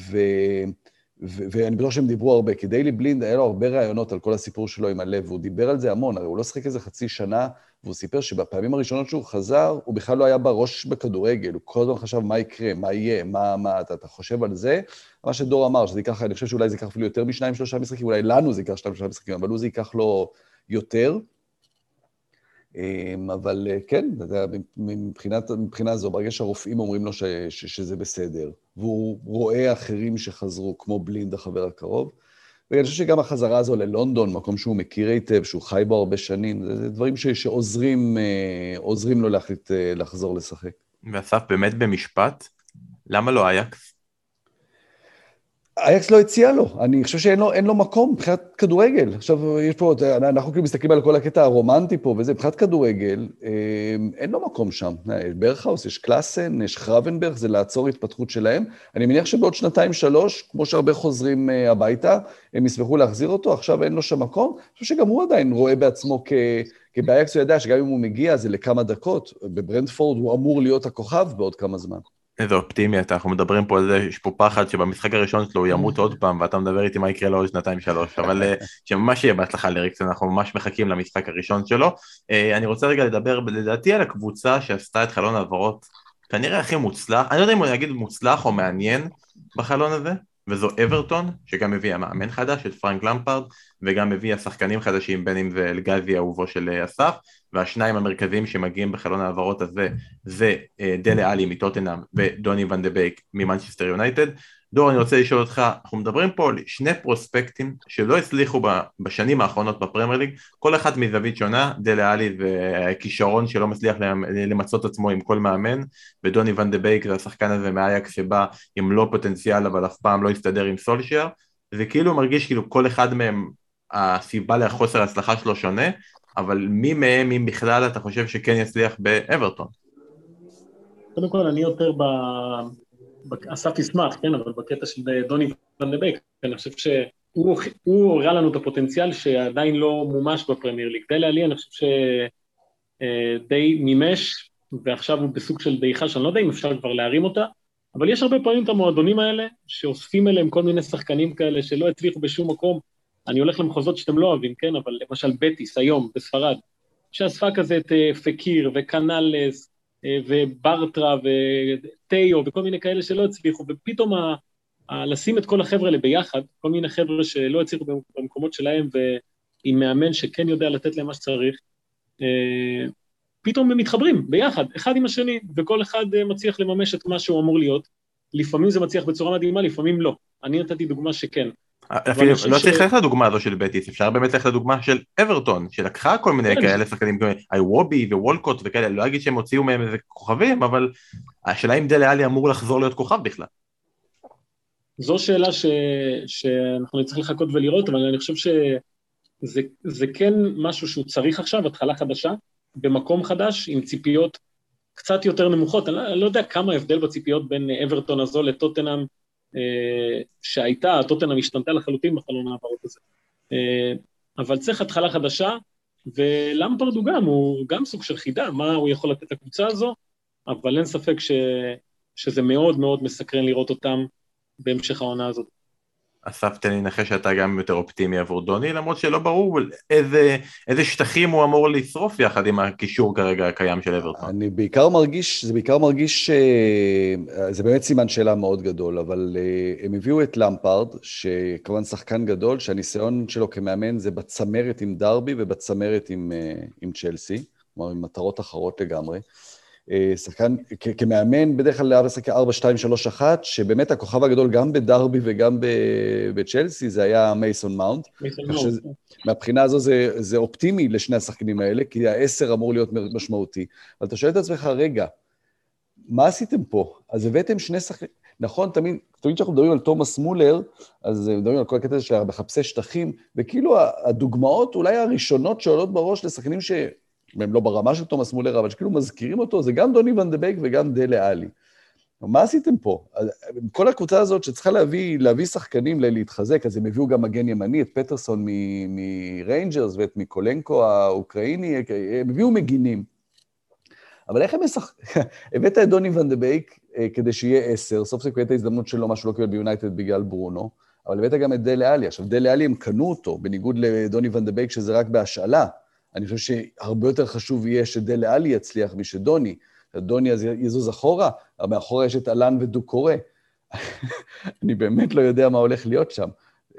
ואני בטוח שהם דיברו הרבה, כי דיילי בלינד היה לו הרבה רעיונות על כל הסיפור שלו עם הלב, והוא דיבר על זה המון, הרי הוא לא שחק איזה חצי שנה, והוא סיפר שבפעמים הראשונות שהוא חזר, הוא בכלל לא היה בראש בכדורגל, הוא כל הזמן חשב מה יקרה, מה יהיה, מה אתה חושב על זה, מה שדור אמר, שזה ייקח, אני חושב שאולי זה ייקח אפילו יותר מ2-3 משחקים, אולי לנו זה ייקח 2-3 משחקים, אבל הוא זה ייקח לו יותר, אבל כן, מבחינה זו, ברגע שהרופאים אומרים לו שזה בסדר, והוא רואה אחרים שחזרו, כמו בלינד, החבר הקרוב, ואני חושב שגם החזרה הזו ללונדון, מקום שהוא מכיר היטב, שהוא חי בו הרבה שנים, זה דברים שעוזרים לו להחליט לחזור לשחק. ואסף, באמת במשפט, למה לא אייקס? אייקס לא הציע לו, אני חושב שאין לו מקום, מבחינת כדורגל. עכשיו, יש פה, אנחנו כאילו מסתכלים על כל הקטע הרומנטי פה, וזה, מבחינת כדורגל, אין לו מקום שם. יש ברכהאוס, יש קלאסן, יש חרבנברג, זה לעצור התפתחות שלהם. אני מניח שבעוד 2-3, כמו שהרבה חוזרים הביתה, הם ישמחו להחזיר אותו, עכשיו אין לו שם מקום. אני חושב שגם הוא עדיין רואה בעצמו כי באייקס הוא ידע שגם אם הוא מגיע, זה לכמה דקות. בברנטפורד הוא אמור להיות הכוכב בעוד כמה זמן. איזה אופטימיות, אנחנו מדברים פה על זה, יש פה פחד שבמשחק הראשון שלו הוא ימות עוד פעם, ואתה מדבר איתי מה יקרה לו עוד 2-3, אבל שממש יהיה בהצלחה לאריקסן, אנחנו ממש מחכים למשחק הראשון שלו. אני רוצה רגע לדבר, לדעתי על הקבוצה שעשתה את חלון העברות, כנראה הכי מוצלח, אני לא יודע אם אני אגיד מוצלח או מעניין בחלון הזה, וזו אברטון, שגם הביאה מאמן חדש, את פרנק למפרד, וגם הביאה שחקנים חדשים, בין אם זה אלגזי אהובו של אסף, והשניים המרכזיים שמגיעים בחלון העברות הזה, זה דלה עלי מטוטנהאם, ודוני ון דה בייק ממנצ'סטר יונייטד. דור, אני רוצה לשאול אותך, אנחנו מדברים פה על שני פרוספקטים שלא הצליחו בשנים האחרונות בפרמייר ליג, כל אחד מזווית שונה, דלה עלי וכישרון שלא מצליח למצות עצמו עם כל מאמן, ודוני ון דה בייק זה השחקן הזה מאייקס שבא עם לא פוטנציאל אבל אף פעם לא יסתדר עם סולשייר, זה כאילו מרגיש כאילו כל אחד מהם הסיבה לחוסר ההצלחה שלו שונה, אבל מי מהם, אם בכלל אתה חושב שכן יצליח באברטון? קודם כל אני יותר אסף ישמח, כן, אבל בקטע של דוני ון דה בייק, אני חושב שהוא הראה לנו את הפוטנציאל שעדיין לא מומש בפרמייר ליג. דלה עלי, אני חושב שדי מימש, ועכשיו הוא בסוג של דעיכה, שאני לא יודע אם אפשר כבר להרים אותה, אבל יש הרבה פעמים את המועדונים האלה, שאוספים אליהם כל מיני שחקנים כאלה, שלא הצליחו בשום מקום. אני הולך למחוזות שאתם לא אוהבים, כן, אבל למשל בטיס היום בספרד, שאספה כזה את פקיר וקנלס, וברטרה וטיו וכל מיני כאלה שלא הצליחו, ופתאום לשים את כל החבר'ה האלה ביחד, כל מיני חבר'ה שלא הצליחו במקומות שלהם, ועם מאמן שכן יודע לתת להם מה שצריך, פתאום הם מתחברים ביחד, אחד עם השני, וכל אחד מצליח לממש את מה שהוא אמור להיות. לפעמים זה מצליח בצורה מדהימה, לפעמים לא. אני נתתי דוגמה שכן. אפילו לא צריך ללכת לדוגמה הזו של בטיס, אפשר באמת ללכת לדוגמה של אברטון, שלקחה כל מיני כאלה שחקנים כמו איוובי ווולקוט וכאלה, לא אגיד שהם הוציאו מהם איזה כוכבים, אבל השאלה אם דלה עלי אמור לחזור להיות כוכב בכלל. זו שאלה שאנחנו נצטרך לחכות ולראות, אבל אני חושב שזה כן משהו שהוא צריך עכשיו, התחלה חדשה, במקום חדש, עם ציפיות קצת יותר נמוכות. אני לא יודע כמה הבדל בציפיות בין אברטון הזו לטוטנהאם, שהייתה, טוטנהאם השתנתה לחלוטין בחלון העברות הזה. אבל צריך התחלה חדשה, ולמפרד הוא גם סוג של חידה, מה הוא יכול לתת לקבוצה הזו, אבל אין ספק שזה מאוד מאוד מסקרן לראות אותם בהמשך העונה הזאת. אסף, תן לי נחש שאתה גם יותר אופטימי עבור דוני, למרות שלא ברור איזה שטחים הוא אמור לשרוף יחד עם הקישור כרגע הקיים של אברטון. אני בעיקר מרגיש, זה באמת סימן שאלה מאוד גדול, אבל הם הביאו את למפרד, שכמובן שחקן גדול, שהניסיון שלו כמאמן זה בצמרת עם דרבי ובצמרת עם צ'לסי, כלומר עם מטרות אחרות לגמרי. שחקן, כמאמן בדרך כלל היה משחק 4-2-3-1, שבאמת הכוכב הגדול גם בדרבי וגם בצ'לסי, זה היה מייסון מאונט. מהבחינה הזו זה אופטימי לשני השחקנים האלה, כי ה10 אמור להיות משמעותי. אבל אתה שואל את עצמך, רגע, מה עשיתם פה? אז הבאתם שני שחקנים, נכון, תמיד שאנחנו מדברים על תומאס מולר, אז מדברים על כל הקטע של מחפשי שטחים, וכאילו הדוגמאות אולי הראשונות שעולות בראש לשחקנים הם לא ברמה של תומאס מולר, אבל שכאילו מזכירים אותו, זה גם דוני ון דה בייק וגם דלה עלי. מה עשיתם פה? כל הקבוצה הזאת שצריכה להביא שחקנים להתחזק, אז הם הביאו גם מגן ימני, את פטרסון מריינג'רס ואת מיקולנקו האוקראיני, הם הביאו מגינים. אבל איך הם הבאת את דוני ון דה בייק כדי שיהיה 10, סוף סוף הייתה הזדמנות שלו, מה שלא קיבל ביונייטד בגלל ברונו, אבל הבאת גם את דלה עלי. עכשיו, דלה עלי הם קנו אותו, בניגוד לדוני ון דה בייק, שזה רק בהשאלה. אני חושב שהרבה יותר חשוב יהיה שדלה עלי יצליח משדוני. דוני אז יזוז אחורה, אבל מאחורה יש את אלן ודוקורה. אני באמת לא יודע מה הולך להיות שם.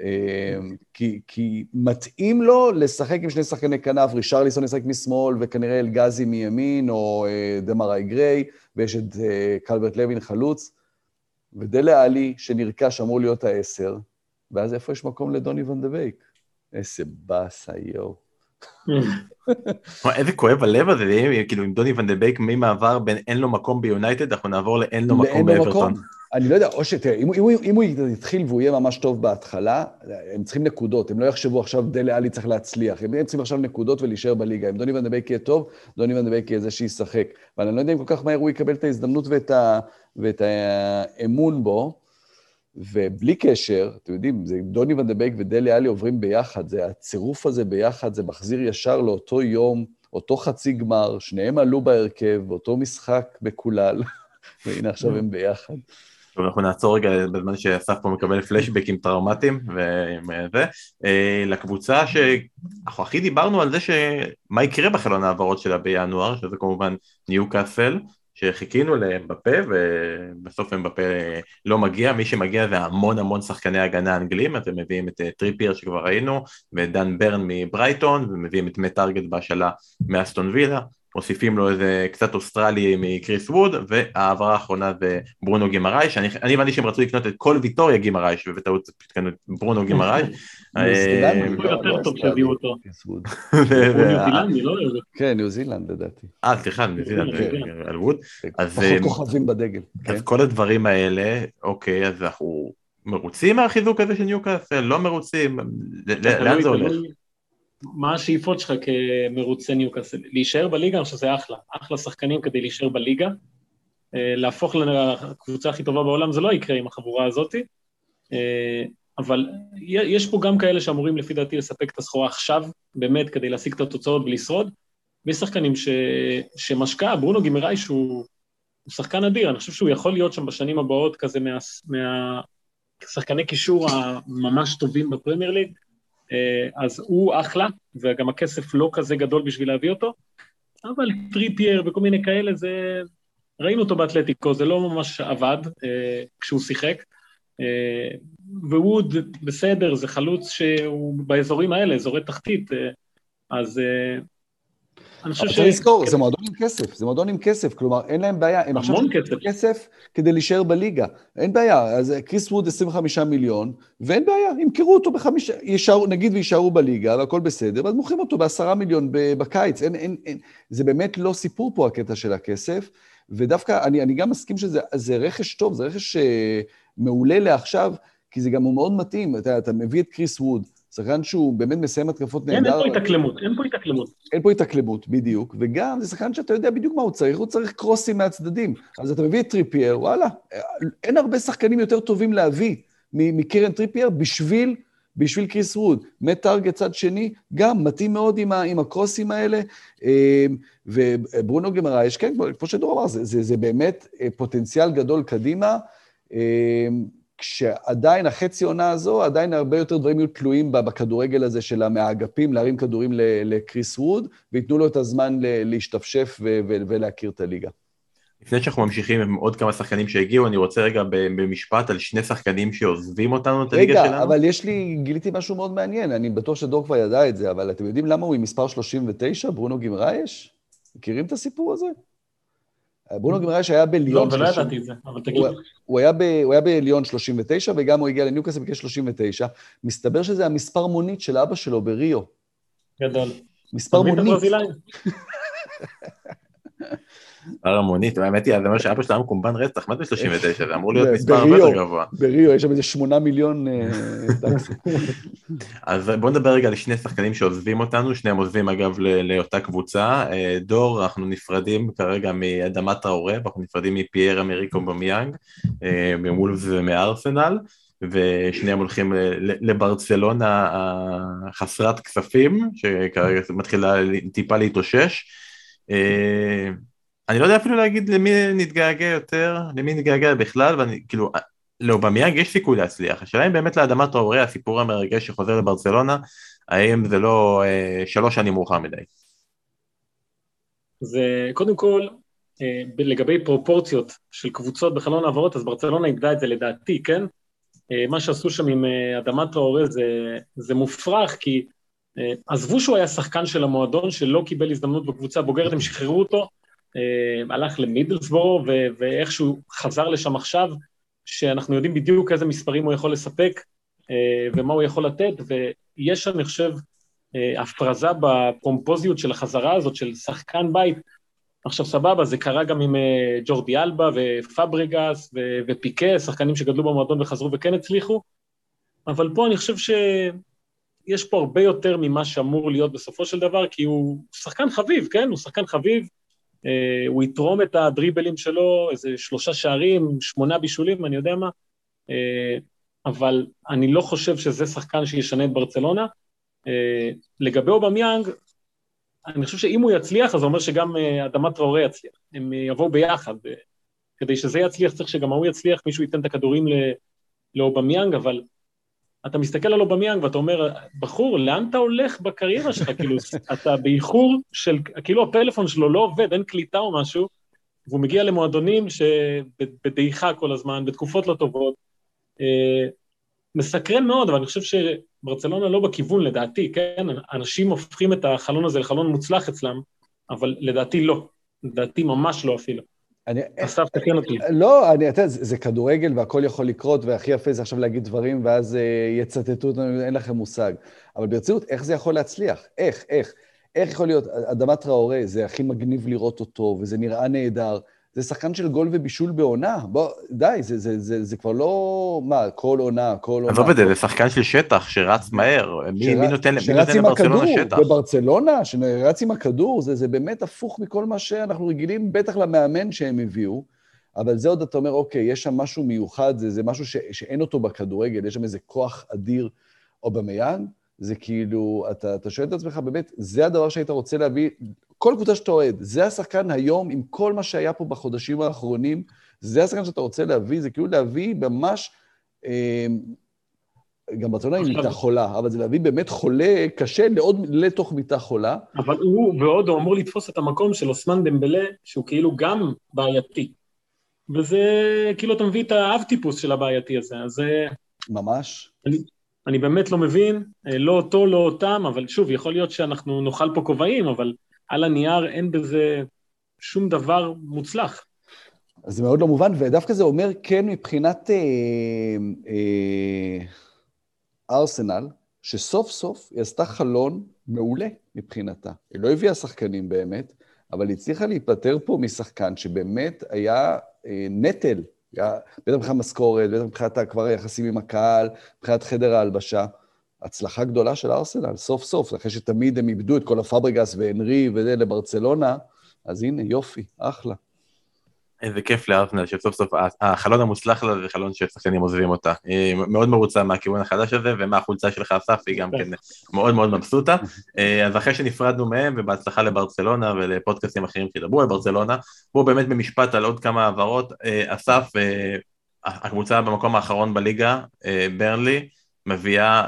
כי מתאים לו לשחק עם שני שחקני כנף, רישרליסון ישחק משמאל, וכנראה אלגזי מימין, או דמרי גריי, ויש את קלברט לוין חלוץ, ודלה עלי שנרכש אמור להיות ה10, ואז איפה יש מקום לדוני ון דה בייק? איזה באסה, יו. איזה כואב הלב הזה, כאילו עם דוני ון דה בייק ממעבר בין אין לו מקום ביונייטד, אנחנו נעבור לאין לו מקום באברטון. אני לא יודע, או שתראה, אם הוא יתחיל והוא יהיה ממש טוב בהתחלה, הם צריכים נקודות, הם לא יחשבו עכשיו דלה עלי צריך להצליח, הם צריכים עכשיו נקודות ולהישאר בליגה, אם דוני ון דה בייק יהיה טוב, דוני ון דה בייק יהיה זה שישחק, אבל אני לא יודע אם כל כך מהר הוא יקבל את ההזדמנות ואת האמון בו, ובלי קשר, אתם יודעים, זה דוני ון דה בייק ודלה עלי עוברים ביחד, זה הצירוף הזה ביחד, זה מחזיר ישר לאותו יום, אותו חצי גמר, שניהם עלו בהרכב, באותו משחק בכולל, והנה עכשיו הם ביחד. טוב, אנחנו נעצור רגע בזמן שאסף פה מקבל פלשבקים טראומטיים, וזה, לקבוצה שאנחנו הכי דיברנו על זה מה יקרה בחלון העברות שלה בינואר, שזה כמובן ניוקאסל, שחיכינו לבפה, ובסוף מבפה לא מגיע, מי שמגיע זה המון שחקני הגנה אנגלים, אז הם מביאים את טריפייר שכבר ראינו, ודן ברן מברייטון, ומביאים את מט טארגט בהשאלה מאסטון וילה, מוסיפים לו איזה קצת אוסטרלי מקריס ווד, והעברה האחרונה זה ברונו גימרייש, אני הבנתי שהם רצו לקנות את כל ויטוריה גימרייש, ובטעות קנו את ברונו גימרייש. הוא יותר טוב שהביאו אותו. הוא ניו זילנדי, לא? כן, ניו זילנד לדעתי. סליחה, ניו זילנד, על ווד. פחות כוכבים בדגל. אז כל הדברים האלה, אוקיי, אז אנחנו מרוצים מהחיזוק הזה של ניוקאסל, לא מרוצים, לאן זה הולך? מה השאיפות שלך כמרוצה ניוקאסל? להישאר בליגה, אני חושב שזה אחלה שחקנים כדי להישאר בליגה, להפוך לקבוצה הכי טובה בעולם, זה לא יקרה עם החבורה הזאת, אבל יש פה גם כאלה שאמורים לפי דעתי לספק את הסחורה עכשיו, באמת כדי להשיג את התוצאות ולשרוד, ויש שחקנים שמשקע, ברונו גימרייש הוא שחקן אדיר, אני חושב שהוא יכול להיות שם בשנים הבאות כזה מהשחקני קישור הממש טובים בפרמייר ליג, אז הוא אחלה, וגם הכסף לא כזה גדול בשביל להביא אותו, אבל טריפייר וכל מיני כאלה, ראינו אותו באתלטיקו, זה לא ממש עבד כשהוא שיחק, והוא בסדר, זה חלוץ שהוא באזורים האלה, אזורי תחתית, אז אני חושב צריך לזכור, זה מועדון עם כסף, זה מועדון עם כסף, כלומר, אין להם בעיה, הם עכשיו כסף כדי להישאר בליגה, אין בעיה, אז קריס ווד 25 מיליון, ואין בעיה, ימכרו אותו נגיד וישארו בליגה, והכל בסדר, ואז מוכרים אותו ב10 מיליון בקיץ, זה באמת לא סיפור פה הקטע של הכסף, ודווקא אני גם מסכים שזה רכש טוב, זה רכש מעולה לעכשיו, כי זה גם מאוד מתאים, אתה מביא את קריס ווד, שחקן שהוא באמת מסיים התקפות נהדר. אין פה התאקלמות, בדיוק, וגם זה שחקן שאתה יודע בדיוק מה הוא צריך קרוסים מהצדדים, אז אתה מביא את טריפייר, וואלה, אין הרבה שחקנים יותר טובים להביא מקרן טריפייר בשביל קריס ווד, מטארגט צד שני, גם מתאים מאוד עם הקרוסים האלה, וברונו גימרייש, כן, כמו שדור אמר, זה באמת פוטנציאל גדול קדימה, כשעדיין החצי עונה הזו, עדיין הרבה יותר דברים יהיו תלויים בכדורגל הזה של מהאגפים, להרים כדורים לקריס ווד, ויתנו לו את הזמן להשתפשף ולהכיר את הליגה. לפני שאנחנו ממשיכים עם עוד כמה שחקנים שהגיעו, אני רוצה רגע במשפט על שני שחקנים שעוזבים אותנו את הליגה שלנו. רגע, אבל גיליתי משהו מאוד מעניין, אני בטוח שדור כבר ידע את זה, אבל אתם יודעים למה הוא עם מספר 39, ברונו גימרייש? מכירים את הסיפור הזה? ברונו גימרייש היה בליון... לא, ולא ידעתי את זה, אבל תגיד. הוא היה בליון 39, וגם הוא הגיע לניוקאסל בגיל 39. מסתבר שזה המספר מונית של אבא שלו בריו. גדול. מספר מונית. מספר המונית, האמת היא, זה אומר שאבא שלנו קומבן רצח, מה זה 39? זה אמור להיות מספר הרבה יותר גבוה. בריו, יש שם איזה 8 מיליון טקסי. אז בואו נדבר רגע על שני שחקנים שעוזבים אותנו, שניהם עוזבים אגב לאותה קבוצה, דור, אנחנו נפרדים כרגע מאדמת טראורה, אנחנו נפרדים מפייר אמריק אובמיאנג, מוולפס ומארסנל, ושניהם הולכים לברצלונה חסרת כספים, שכרגע מתחילה טיפה להתאושש, אני לא יודע אפילו להגיד למי נתגעגע יותר, למי נתגעגע בכלל, ואני כאילו, לאובמיאנג יש סיכוי להצליח, השאלה אם באמת לאדמת טראורה, הסיפור המרגש שחוזר לברצלונה, האם זה לא 3 שנים מאוחר מדי? זה קודם כל, לגבי פרופורציות של קבוצות בחלון העברות, אז ברצלונה איבדה את זה לדעתי, כן? מה שעשו שם עם אדמת טראורה זה מופרך, כי עזבו שהוא היה שחקן של המועדון, שלא קיבל הזדמנות בקבוצה בוגרת, הם שחררו אותו, הלך למידלסבורו, ואיכשהו חזר לשם עכשיו, שאנחנו יודעים בדיוק איזה מספרים הוא יכול לספק, ומה הוא יכול לתת, ויש, אני חושב, הפרזה בפומפוזיות של החזרה הזאת, של שחקן בית, עכשיו סבבה, זה קרה גם עם ג'ורדי אלבה, ופאבריגס, ופיקה, שחקנים שגדלו במועדון וחזרו וכן הצליחו, אבל פה אני חושב יש פה הרבה יותר ממה שאמור להיות בסופו של דבר, כי הוא שחקן חביב, כן? הוא שחקן חביב, הוא יתרום את הדריבלים שלו, איזה 3 שערים, 8 בישולים, אני יודע מה, אבל אני לא חושב שזה שחקן שישנה את ברצלונה. לגבי אובמיאנג, אני חושב שאם הוא יצליח, אז זה אומר שגם אדמת טראורה יצליח, הם יבואו ביחד, כדי שזה יצליח, צריך שגם הוא יצליח, מישהו ייתן את הכדורים לאובמיאנג, אבל אתה מסתכל על אובמיאנג ואתה אומר, בחור, לאן אתה הולך בקריירה שלך? כאילו, אתה באיחור של, כאילו הפלאפון שלו לא עובד, אין קליטה או משהו, והוא מגיע למועדונים שבדעיכה כל הזמן, בתקופות לא טובות, מסקרן מאוד, אבל אני חושב שברצלונה לא בכיוון לדעתי, כן? אנשים הופכים את החלון הזה לחלון מוצלח אצלם, אבל לדעתי לא, לדעתי ממש לא אפילו. אסף תקן אותי. לא, זה כדורגל והכל יכול לקרות, והכי יפה זה עכשיו להגיד דברים, ואז יצטטו אותנו, אין לכם מושג. אבל ברצינות, איך זה יכול להצליח? איך יכול להיות? אדמה טראורי, זה הכי מגניב לראות אותו, וזה נראה נהדר. זה שחקן של גול ובישול בעונה. בוא, די, זה כבר לא, כל עונה. עזוב את זה, זה שחקן של שטח שרץ מהר. מי נותן לברצלונה שטח? בברצלונה, שרץ עם הכדור, זה באמת הפוך מכל מה שאנחנו רגילים, בטח למאמן שהם הביאו, אבל זה עוד אתה אומר, אוקיי, יש שם משהו מיוחד, זה משהו שאין אותו בכדורגל, יש שם איזה כוח אדיר, או במיין, זה כאילו, אתה שואל את עצמך, באמת, זה הדבר שהיית רוצה להביא, כל קבוצה שאתה אוהד, זה השחקן היום, עם כל מה שהיה פה בחודשים האחרונים, זה השחקן שאתה רוצה להביא, זה כאילו להביא ממש, גם ברצלונה היא מיטה חולה, אבל זה להביא באמת חולה קשה לתוך מיטה חולה. אבל הוא אמור לתפוס את המקום של אוסמן דמבלה, שהוא כאילו גם בעייתי. וזה, כאילו אתה מביא את האב טיפוס של הבעייתי הזה, אז ממש. אני באמת לא מבין, לא אותו, לא אותם, אבל שוב, יכול להיות שאנחנו נאכל פה כובעים, אבל על הנייר אין בזה שום דבר מוצלח. אז זה מאוד לא מובן, ודווקא זה אומר כן מבחינת ארסנל, שסוף סוף היא עשתה חלון מעולה מבחינתה. היא לא הביאה שחקנים באמת, אבל היא הצליחה להיפטר פה משחקן שבאמת היה נטל, בטח מבחינת משכורת, בטח מבחינת כבר היחסים עם הקהל, מבחינת חדר ההלבשה. הצלחה גדולה של ארסנל, סוף סוף, אחרי שתמיד הם איבדו את כל הפאברגס והנרי וזה לברצלונה, אז הנה, יופי, אחלה. איזה כיף לארסנל, שסוף סוף החלון המוצלח לה זה חלון ששחקנים עוזבים אותה. היא מאוד מרוצה מהכיוון החדש הזה, ומהחולצה שלך אסף היא גם כן מאוד מאוד מבסוטה. אז אחרי שנפרדנו מהם, ובהצלחה לברצלונה ולפודקאסטים אחרים שידברו על ברצלונה, בואו באמת במשפט על עוד כמה העברות. אסף, הקבוצה במקום האחרון בליגה, ברנלי, מביאה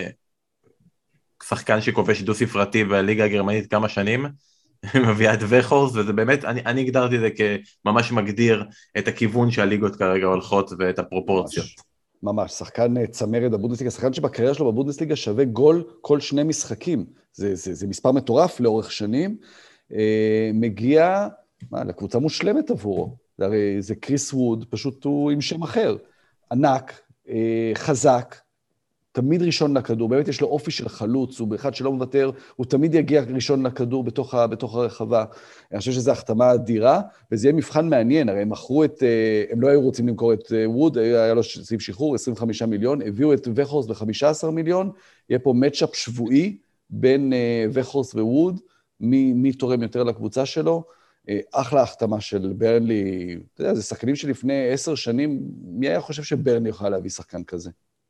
שחקן שכובש דו ספרתי בליגה הגרמנית כמה שנים, מביאה את וחורס, וזה באמת, אני הגדרתי את זה כממש מגדיר את הכיוון שהליגות כרגע הולכות ואת הפרופורציות. ממש, שחקן צמרת בבונדסליגה, שחקן שבקריירה שלו בבונדסליגה שווה גול כל 2 משחקים. זה מספר מטורף לאורך שנים. מגיע לקבוצה מושלמת עבורו. זה קריס ווד, פשוט הוא עם שם אחר. ענק, חזק, תמיד ראשון לכדור, באמת יש לו אופי של חלוץ, הוא באחד שלא מוותר, הוא תמיד יגיע ראשון לכדור בתוך הרחבה. אני חושב שזו החתמה אדירה, וזה יהיה מבחן מעניין, הרי הם מכרו הם לא היו רוצים למכור את ווד, היה לו סביב שחרור, 25 מיליון, הביאו את וחורס ב-15 מיליון, יהיה פה מצ'אפ שבועי בין וחורס וווד, מי תורם יותר לקבוצה שלו, אחלה החתמה של ברנלי, אתה יודע, זה שחקנים שלפני 10 שנים, מי היה חושב שברנלי יוכל להביא שחקן כזה?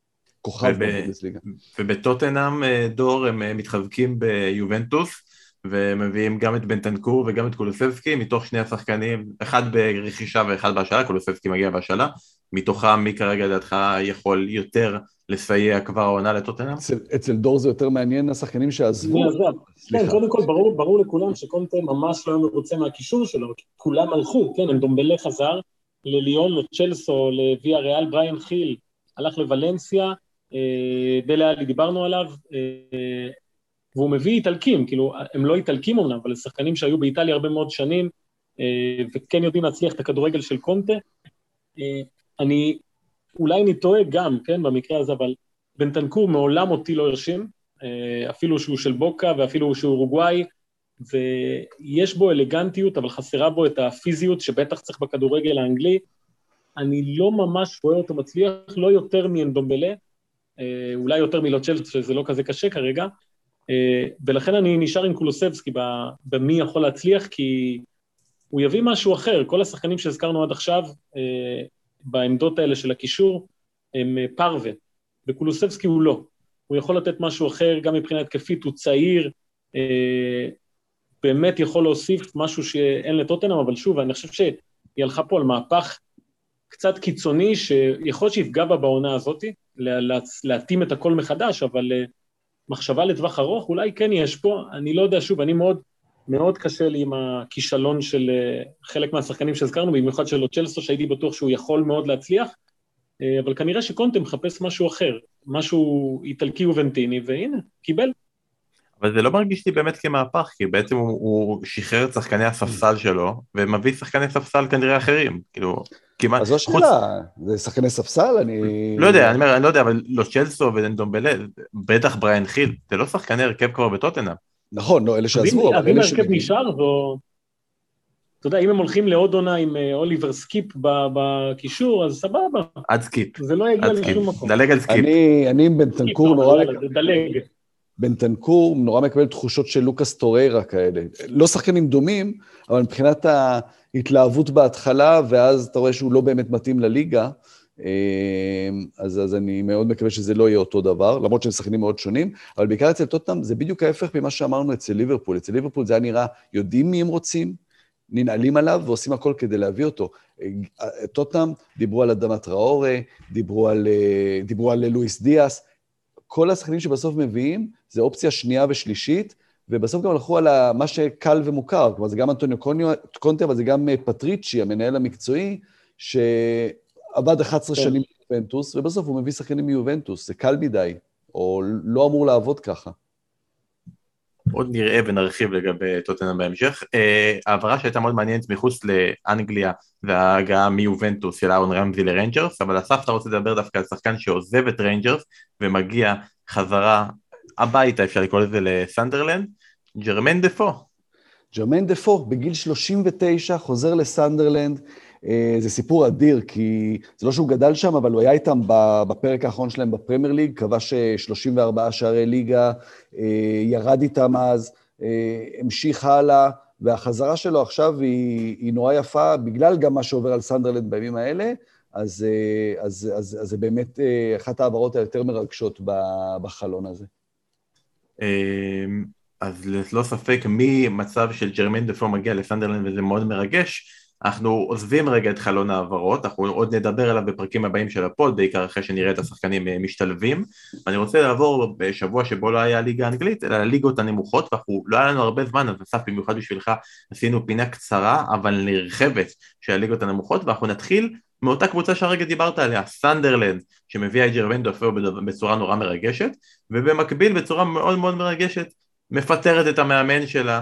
ובטוטנהאם דור הם מתחזקים ביובנטוס, ומביאים גם את בנטנקור וגם את קולוסבסקי, מתוך 2 השחקנים, אחד ברכישה ואחד בהשאלה, קולוסבסקי מגיע בהשאלה, מתוכם מי כרגע לדעתך יכול יותר לסייע כבר העונה לטוטנהאם? אצל דור זה יותר מעניין השחקנים שעזבו. כן, קודם כל ברור לכולם שקונטה ממש לא מרוצה מהקישור שלו, כולם הלכו, כן, הם דומבלה חזר לליון, לצ'לסו, לוויה ריאל, בריין חיל, הלך לוולנסיה, דלה עלי דיברנו עליו, והוא מביא איטלקים, כאילו הם לא איטלקים אומנם, אבל שחקנים שהיו באיטליה הרבה מאוד שנים, וכן יודעים להצליח את הכדורגל של קונטה. אולי אני טועה גם, כן, במקרה הזה, אבל בנטנקור מעולם אותי לא הרשים, אפילו שהוא של בוקה ואפילו שהוא אורוגוואי, ויש בו אלגנטיות, אבל חסרה בו את הפיזיות שבטח צריך בכדורגל האנגלי. אני לא ממש רואה אותו מצליח, לא יותר מאנדומבלה, אולי יותר מלוצ'לס, שזה לא כזה קשה כרגע, ולכן אני נשאר עם קולוסבסקי במי יכול להצליח, כי הוא יביא משהו אחר. כל השחקנים שהזכרנו עד עכשיו, בעמדות האלה של הקישור, הם פרווה, וקולוסבסקי הוא לא. הוא יכול לתת משהו אחר, גם מבחינה התקפית, הוא צעיר, באמת יכול להוסיף משהו שאין לטוטנהאם, אבל שוב, אני חושב שהיא הלכה פה על מהפך קצת קיצוני, שיכול שיפגע בה בעונה הזאת, להתאים את הכל מחדש, אבל מחשבה לטווח ארוך, אולי כן יש פה, אני לא יודע, שוב, אני מאוד, מאוד קשה לי עם הכישלון של חלק מהשחקנים שהזכרנו, במיוחד של צ'לסו, שהייתי בטוח שהוא יכול מאוד להצליח, אבל כנראה שקונטה מחפש משהו אחר, משהו איטלקי וונטיני, והנה, קיבל. אבל זה לא מרגיש לי באמת כמהפך, כי בעצם הוא שחרר את שחקני הספסל שלו, ומביא שחקני ספסל כנראה אחרים, כאילו, כמעט, אז זו חוץ, שאלה, זה שחקני ספסל, לא יודע, אני אומר, אני לא יודע, אבל לא צ'לסו ודנדומבלה, בטח בריין חיל, זה לא שחקני הרכב כבר בטוטנהאם. נכון, לא, אלה שעזבו, אבל אז אם אלה ההרכב שמגיעים. נשאר, אתה יודע, אם הם הולכים לעוד עונה עם אוליבר סקיפ בקישור, אז סבבה, עד סקיפ, זה לא יגיע עד סקיפ, לשום מקום. דלג על סקיפ. אני עם סקיפ לא, אבל יאללה, זה דלג. בנטנקור נורא מקבל תחושות של לוקאס טוריירה כאלה. לא שחקנים דומים, אבל מבחינת ההתלהבות בהתחלה, ואז אתה רואה שהוא לא באמת מתאים לליגה, אז אני מאוד מקווה שזה לא יהיה אותו דבר, למרות שהם שחקנים מאוד שונים, אבל בעיקר אצל טוטנהאם זה בדיוק ההפך ממה שאמרנו אצל ליברפול. אצל ליברפול זה היה נראה, יודעים מי הם רוצים, ננעלים עליו ועושים הכל כדי להביא אותו. טוטנהאם דיברו על אדמה טראורה, דיברו על לואיס דיאס, כל השחקנים שבסוף מביאים, זה אופציה שנייה ושלישית, ובסוף גם הלכו על מה שקל ומוכר, כלומר זה גם אנטוניו קונטה, אבל זה גם פטריצ'י, המנהל המקצועי, שעבד 11 שנים ביובנטוס, ובסוף הוא מביא שחקנים מיובנטוס, זה קל מדי, או לא אמור לעבוד ככה. עוד נראה ונרחיב לגבי טוטנהאם בהמשך. העברה שהייתה מאוד מעניינת מחוץ לאנגליה, וההגעה מיובנטוס של אהרון רמזי לריינג'רס, אבל אסף אתה רוצה לדבר דווקא על שחקן שעוזב את ריינג'רס, ומגיע חזרה הביתה, אפשר לקרוא לזה לסנדרלנד, ג'רמן דפו. ג'רמן דפו, בגיל 39, חוזר לסנדרלנד, זה סיפור אדיר, כי זה לא שהוא גדל שם, אבל הוא היה איתם בפרק האחרון שלהם בפרמייר ליג, כבש 34 שערי ליגה, ירד איתם אז, המשיך הלאה, והחזרה שלו עכשיו היא נורא יפה, בגלל גם מה שעובר על סנדרלנד בימים האלה, אז זה באמת אחת העברות היותר מרגשות בחלון הזה. אז לא ספק ממצב של ג'רמן דפו מגיע לסנדרלנד וזה מאוד מרגש, אנחנו עוזבים רגע את חלון העברות, אנחנו עוד נדבר עליו בפרקים הבאים של הפוד, בעיקר אחרי שנראה את השחקנים משתלבים, ואני רוצה לעבור בשבוע שבו לא היה ליגה אנגלית, אלא ליגות הנמוכות, לא היה לנו הרבה זמן, אז אסף במיוחד בשבילך, עשינו פינה קצרה, אבל נרחבת של הליגות הנמוכות, ואנחנו נתחיל מאותה קבוצה שהרגע דיברת עליה, סנדרלנד, שמביאה את ג'רמן דפו בצורה נורא מרגשת, ובמקביל בצורה מאוד מאוד מרגשת, מפטרת את המאמן שלה,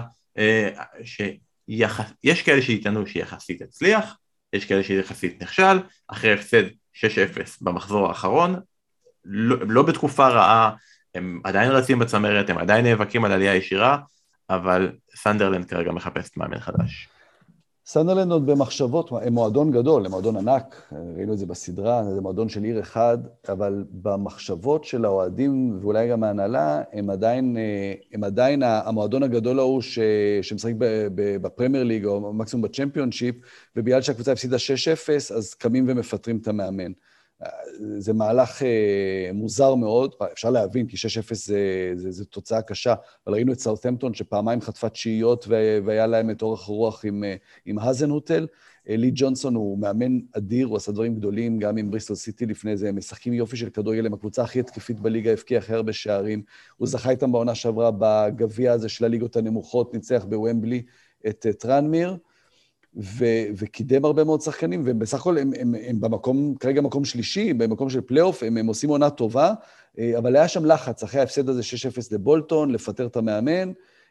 יש כאלה שיטענו שיחסית הצליח, יש כאלה שיחסית נכשל, אחרי הפסד 6-0 במחזור האחרון, לא בתקופה רעה, הם עדיין רצים בצמרת, הם עדיין נאבקים על עלייה ישירה, אבל סנדרלנד כרגע מחפשת מאמן חדש. סנדרלנד עוד במחשבות, הם מועדון גדול, הם מועדון ענק, ראינו את זה בסדרה, זה מועדון של עיר אחד, אבל במחשבות של האוהדים, ואולי גם ההנהלה, הם עדיין המועדון הגדול ההוא שמשחק בפרמייר ליג, או מקסימום בצ'מפיונשיפ, ובגלל שהקבוצה הפסידה 6-0, אז קמים ומפטרים את המאמן. זה מהלך מוזר מאוד, אפשר להבין, כי 6-0 זה תוצאה קשה, אבל ראינו את סאות'המפטון שפעמיים חטפה תשיעיות, והיה להם את אורך הרוח עם הזנהוטל. לי ג'ונסון הוא מאמן אדיר, הוא עשה דברים גדולים, גם עם בריסטול סיטי לפני זה, הם משחקים יופי של כדורגל, הם הקבוצה הכי התקפית בליגה, הבקיע הכי הרבה שערים, הוא זכה איתם בעונה שעברה בגביע הזה של הליגות הנמוכות, ניצח בוומבלי את טרנמיר, וקידם הרבה מאוד שחקנים, ובסך הכל הם במקום, כרגע מקום שלישי, במקום של פלייאוף, הם עושים עונה טובה, אבל היה שם לחץ, אחרי ההפסד הזה 6-0 לבולטון, לפטר את המאמן,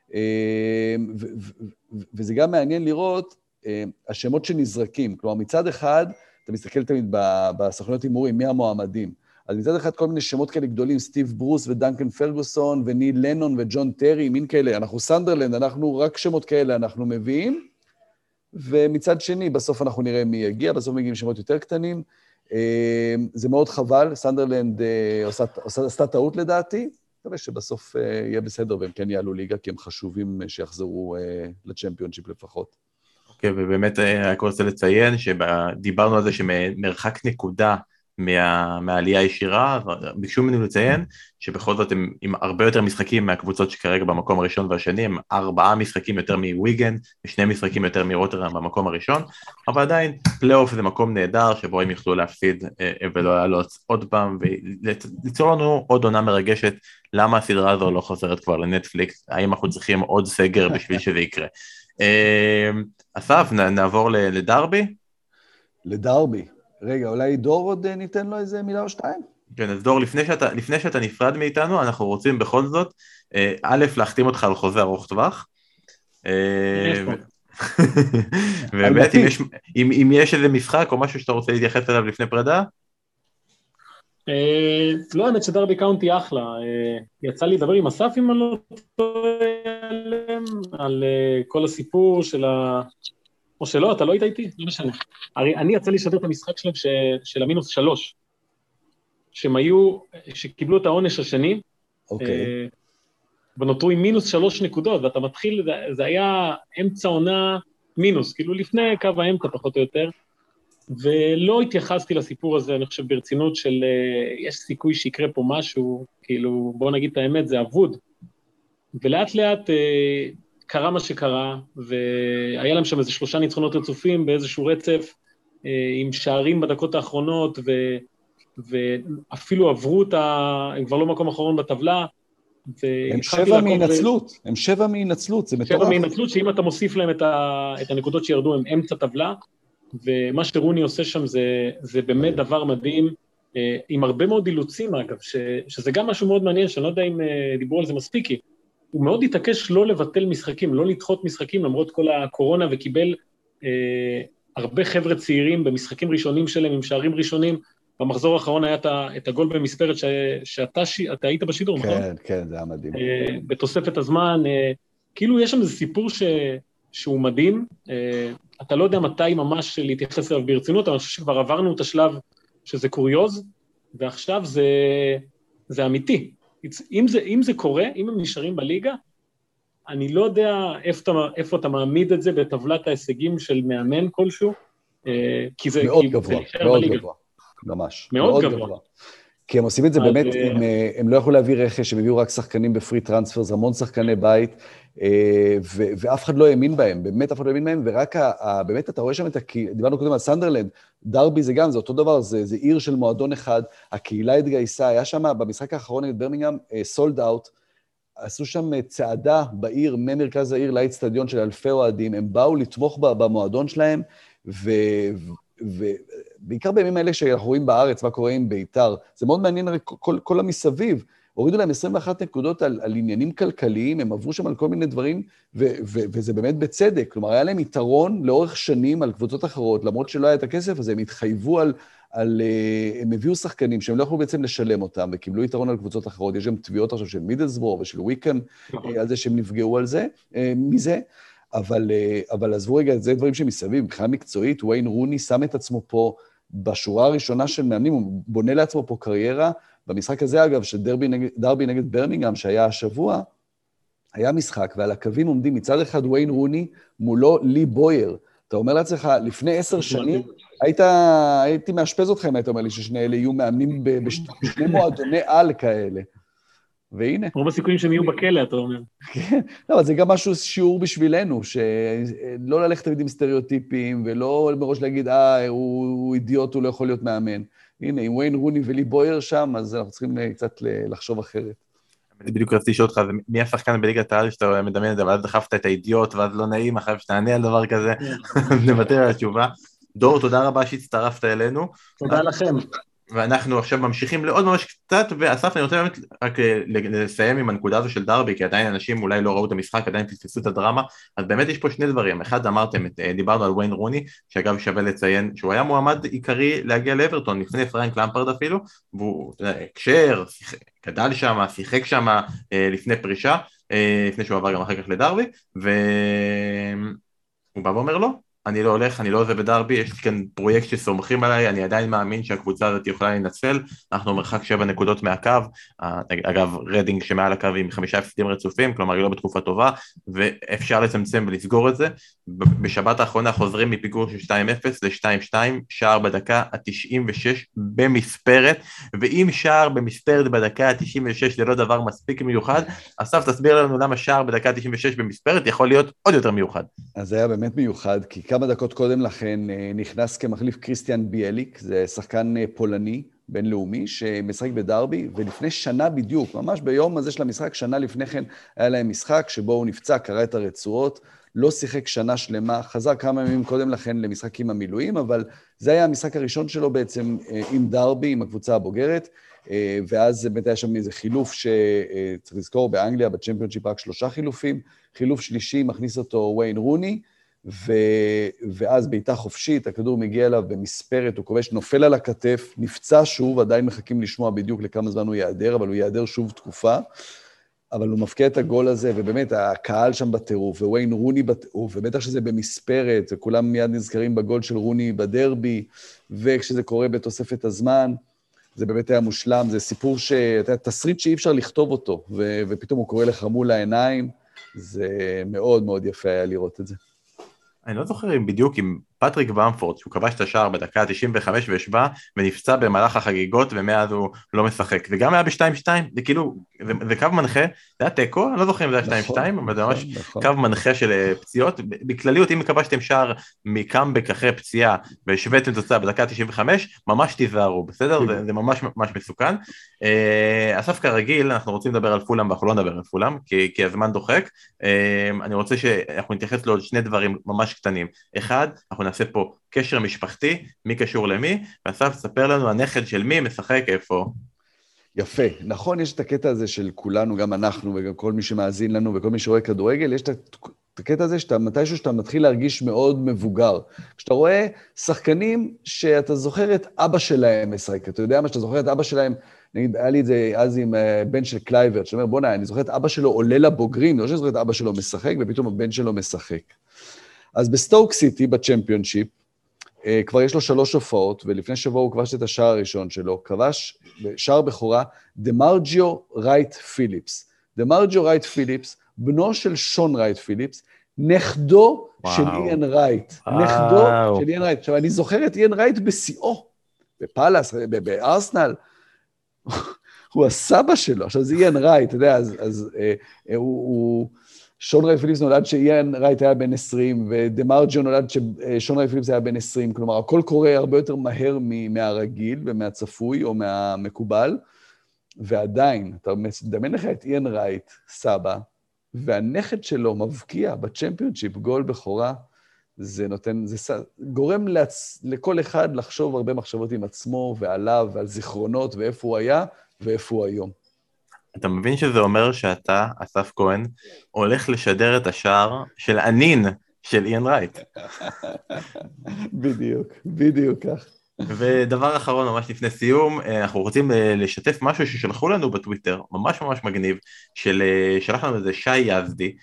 וזה גם מעניין לראות השמות שנזרקים, כלומר מצד אחד, אתה מסתכל תמיד בסוכנויות הימורים, מי המועמדים, אז מצד אחד כל מיני שמות כאלה גדולים, סטיב ברוס ודנקן פרגוסון, וניל לנון וג'ון טרי, מין כאלה, אנחנו סנדרלנד, אנחנו רק שמות כאלה אנחנו מביאים, ומצד שני, בסוף אנחנו נראה מי יגיע, בסוף מגיעים שמות יותר קטנים, זה מאוד חבל, סנדרלנד עשתה טעות לדעתי, מקווה שבסוף יהיה בסדר והם כן יעלו ליגה, כי הם חשובים שיחזרו לצ'מפיונשיפ לפחות. אוקיי, ובאמת רק רוצה לציין שדיברנו על זה שמרחק נקודה מהעלייה הישירה, ביקשו ממנו לציין שבכל זאת הם עם הרבה יותר משחקים מהקבוצות שכרגע במקום הראשון והשני, הם 4 משחקים יותר מוויגן, ו2 משחקים יותר מרוטרדם במקום הראשון, אבל עדיין פלייאוף זה מקום נהדר שבו הם יוכלו להפסיד ולא לעלות עוד פעם, וליצור לנו עוד עונה מרגשת, למה הסדרה הזו לא חוזרת כבר לנטפליקס, האם אנחנו צריכים עוד סגר בשביל שזה יקרה. אסף, נעבור לדרבי? לדרבי. רגע, אולי דור עוד ניתן לו איזה מילה או שתיים? כן, אז דור, לפני שאתה נפרד מאיתנו, אנחנו רוצים בכל זאת, א', להחתים אותך על חוזה ארוך טווח, ובאמת, אם יש איזה משחק או משהו שאתה רוצה להתייחס אליו לפני פרידה? לא, האמת שדרבי קאונטי אחלה, יצא לי לדבר עם אסף אם אני לא טועה עליהם, על כל הסיפור של או שלא, אתה לא היית איתי? לא משנה. הרי אני יצא לי לשדר את המשחק שלהם של -3, שקיבלו את העונש השני, ונותרו עם -3 נקודות, ואתה מתחיל, זה היה אמצע עונה מינוס, כאילו לפני קו האמצע פחות או יותר, ולא התייחסתי לסיפור הזה, אני חושב ברצינות של, יש סיכוי שיקרה פה משהו, כאילו בוא נגיד את האמת, זה אבוד, ולאט לאט קרה מה שקרה, והיה להם שם איזה 3 ניצחונות רצופים באיזשהו רצף, עם שערים בדקות האחרונות, ואפילו עברו הם כבר לא מקום אחרון בטבלה, הם 7 מהנצלות, הם 7 מהנצלות, זה מטורף. 7 מהנצלות, שאם אתה מוסיף להם את הנקודות שירדו, הם אמצע טבלה, ומה שרוני עושה שם זה באמת דבר מדהים, עם הרבה מאוד אילוצים אגב, שזה גם משהו מאוד מעניין, שאני לא יודע אם דיברו על זה מספיק, הוא מאוד התעקש לא לבטל משחקים, לא לדחות משחקים, למרות כל הקורונה, וקיבל הרבה חבר'ה צעירים במשחקים ראשונים שלהם, עם שערים ראשונים, במחזור האחרון היה את הגול במספרת שאתה היית בשידור, נכון? כן, כן, זה היה מדהים. בתוספת הזמן, כאילו יש שם איזה סיפור שהוא מדהים, אתה לא יודע מתי ממש להתייחס אליו ברצינות, אבל אני חושב שכבר עברנו את השלב שזה קוריוז, ועכשיו זה אמיתי. אם זה קורה, אם הם נשארים בליגה, אני לא יודע איפה אתה מעמיד את זה בטבלת ההישגים של מאמן כלשהו, כי זה מאוד גבוה, מאוד גבוה, ממש. מאוד גבוה. כי הם עושים את זה באמת, הם לא יכולו להביא רכש, הם הביאו רק שחקנים בפרי טרנספרס, המון שחקני בית, ואף אחד לא האמין בהם, באמת אף אחד לא האמין בהם, ורק באמת אתה רואה שם דיברנו קודם על סנדרלנד, דרבי זה גם, זה אותו דבר, זה עיר של מועדון אחד, הקהילה התגייסה, היה שם במשחק האחרון נגד ברמינגהאם, סולד אאוט, עשו שם צעדה בעיר, ממרכז העיר לאצטדיון של אלפי אוהדים, הם באו לתמוך במועדון שלהם, ובעיקר בימים האלה שאנחנו רואים בארץ, מה קורה עם ביתר, זה מאוד מעניין כל המסביב, הורידו להם 21 נקודות על עניינים כלכליים, הם עברו שם על כל מיני דברים, וזה באמת בצדק, כלומר, היה להם יתרון לאורך שנים על קבוצות אחרות, למרות שלא היה את הכסף הזה, הם התחייבו הם הביאו שחקנים שהם לא יכולו בעצם לשלם אותם, וקיבלו יתרון על קבוצות אחרות, יש גם תביעות עכשיו של מידלסבורו ושל וויקם, על זה שהם נפגעו על זה, מזה, אבל עזבו רגע, זה דברים שמסביב, מבחינה מקצועית, וויין רוני שם את עצמו פה בשורה הראשונה של מאמנים, הוא בונה לעצמו פה קריירה, במשחק הזה אגב, של דרבי נגד ברמינגהאם, שהיה השבוע, היה משחק, ועל הקווים עומדים מצד אחד וויין רוני, מולו לי בויר, אתה אומר לעצמך, לפני 10 שנים, הייתי מאשפז אותך אם היית אומר לי ששני אלה יהיו מאמנים בשני מועדוני על כאלה. והנה. רוב הסיכויים שהם יהיו בכלא, אתה אומר. כן, לא, אבל זה גם משהו שיעור בשבילנו, שלא ללכת תמיד עם סטריאוטיפים, ולא מראש להגיד, הוא אידיוט, הוא לא יכול להיות מאמן. הנה, עם וויין רוני ולי בויר שם, אז אנחנו צריכים קצת לחשוב אחרת. בדיוק רציתי לשאול אותך, מי השחקן בליגת העל שאתה מדמיין את זה, ואז דחפת את האידיוט, ואז לא נעים, אחרי שתענה על דבר כזה, נוותר על התשובה. דור, תודה רבה שהצטרפת אלינו. תודה לכם. ואנחנו עכשיו ממשיכים לעוד ממש קצת, ואסף, אני רוצה באמת רק לסיים עם הנקודה הזו של דרבי, כי עדיין אנשים אולי לא ראו את המשחק, עדיין פספסו את הדרמה, אז באמת יש פה שני דברים. אחד, אמרתם, דיברנו על וויין רוני, שאגב שווה לציין שהוא היה מועמד עיקרי להגיע לאברטון, לפני פרנק למפרד אפילו, והוא הקשר, גדל שם, שיחק שם לפני פרישה, לפני שהוא עבר גם אחר כך לדרבי, והוא בא ואומר לו, אני לא הולך, אני לא עוזב בדרבי, יש כאן פרויקט שסומכים עליי, אני עדיין מאמין שהקבוצה הזאת יכולה להינצל, אנחנו מרחק 7 נקודות מהקו, אגב רדינג שמעל הקו עם 5 הפסדים רצופים, כלומר היא לא בתקופה טובה, ואפשר לצמצם ולסגור את זה, בשבת האחרונה חוזרים מפיגור של 2-0 ל-2-2, שער בדקה ה-96 במספרת, ואם שער במספרת בדקה ה-96 זה לא דבר מספיק מיוחד, אסף תסביר לנו למה שער בדקה ה-96 במספרת יכול להיות עוד יותר מיוחד. אז זה היה באמת מיוחד, כי כמה דקות קודם לכן נכנס כמחליף קריסטיאן ביאליק, זה שחקן פולני בינלאומי שמשחק בדרבי, ולפני שנה בדיוק, ממש ביום הזה של המשחק, שנה לפני כן היה להם משחק שבו הוא נפצע, קרא את הרצועות, לא שיחק שנה שלמה, חזר כמה ימים קודם לכן למשחק עם המילואים, אבל זה היה המשחק הראשון שלו בעצם עם דרבי, עם הקבוצה הבוגרת, ואז באמת היה שם איזה חילוף שצריך לזכור, באנגליה, בצ'מפיונשיפ רק 3 חילופים, חילוף שלישי מכניס אותו ויין רוני, ואז בעיטה חופשית, הכדור מגיע אליו במספרת, הוא כובש, נופל על הכתף, נפצע שוב, עדיין מחכים לשמוע בדיוק לכמה זמן הוא יעדר, אבל הוא יעדר שוב תקופה, אבל הוא מפקיע את הגול הזה, ובאמת הקהל שם בטירוף, וויין רוני בטירוף, ובטח שזה במספרת, וכולם מיד נזכרים בגול של רוני בדרבי, וכשזה קורה בתוספת הזמן, זה באמת היה מושלם, זה סיפור תסריט שאי אפשר לכתוב אותו, ופתאום הוא קורא לך מול העיניים, זה מאוד מאוד יפה היה לראות את זה. אני לא זוכר בדיוק עם פטריק במפורד, שהוא כבש את השער בדקה 95 והשבע, ונפצע במהלך החגיגות, ומאז הוא לא משחק. וגם היה ב-2-2, זה כאילו, זה קו מנחה, זה היה טקו, אני לא זוכר אם זה היה 2-2, אבל זה ממש קו מנחה של פציעות. בכלליות, אם כבשתם שער מקאמבק אחרי פציעה, והשוויתם תוצאה בדקה 95, ממש תיזהרו, בסדר? זה ממש ממש מסוכן. אסף כרגיל, אנחנו רוצים לדבר על פולאם, ואנחנו לא נדבר על פולאם, כי הזמן דוחק. אני רוצה שאנחנו נתייחס לעוד 2 דברים ממש קטנים. אחד, אנחנו נעשה פה קשר משפחתי, מי קשור למי, ואסף, תספר לנו הנכד של מי משחק איפה. יפה, נכון, יש את הקטע הזה של כולנו, גם אנחנו וגם כל מי שמאזין לנו וכל מי שרואה כדורגל, יש את הקטע הזה מתישהו שאתה מתחיל להרגיש מאוד מבוגר. כשאתה רואה שחקנים שאתה זוכר את אבא שלהם משחק, אתה יודע מה, שאתה זוכר את אבא שלהם, נגיד, היה לי את זה אז עם בן של קלייברט, שאומר, בוא אני זוכר את אבא שלו עולה לבוגרים, לא שאני זוכר את אבא שלו משחק, ופתאום הבן שלו משחק. אז בסטוק סיטי, בצ'מפיונשיפ, כבר יש לו 3 הופעות, ולפני שבוע הוא כבש את השער הראשון שלו, כבש בשער בכורה, דמרג'יו רייט פיליפס. דמרג'יו רייט פיליפס, בנו של שון רייט פיליפס, נכדו של איאן רייט. נכדו של איאן רייט. עכשיו, אני זוכר את איאן רייט בשיאו, בפלאס, בארסנל, הוא הסבא שלו, עכשיו זה איאן רייט, אתה יודע, אז הוא... שון רייט פיליפס נולד שאיאן רייט היה בן 20, ודמרג'יו נולד ששון רייט פיליפס היה בן 20, כלומר, הכל קורה הרבה יותר מהר מהרגיל ומהצפוי או מהמקובל, ועדיין, אתה מדמיין לך את איאן רייט, סבא, והנכד שלו מבקיע בצ'מפיונשיפ גול בכורה, זה גורם לכל אחד לחשוב הרבה מחשבות עם עצמו ועליו ועל זיכרונות ואיפה הוא היה ואיפה הוא היום. אתה מבין שזה אומר שאתה, אסף כהן, הולך לשדר את השער של הנין של איאן רייט. בדיוק כך. ודבר אחרון, ממש לפני סיום, אנחנו רוצים לשתף משהו ששלחו לנו בטוויטר, ממש ממש מגניב, שלח לנו איזה שי יזדי,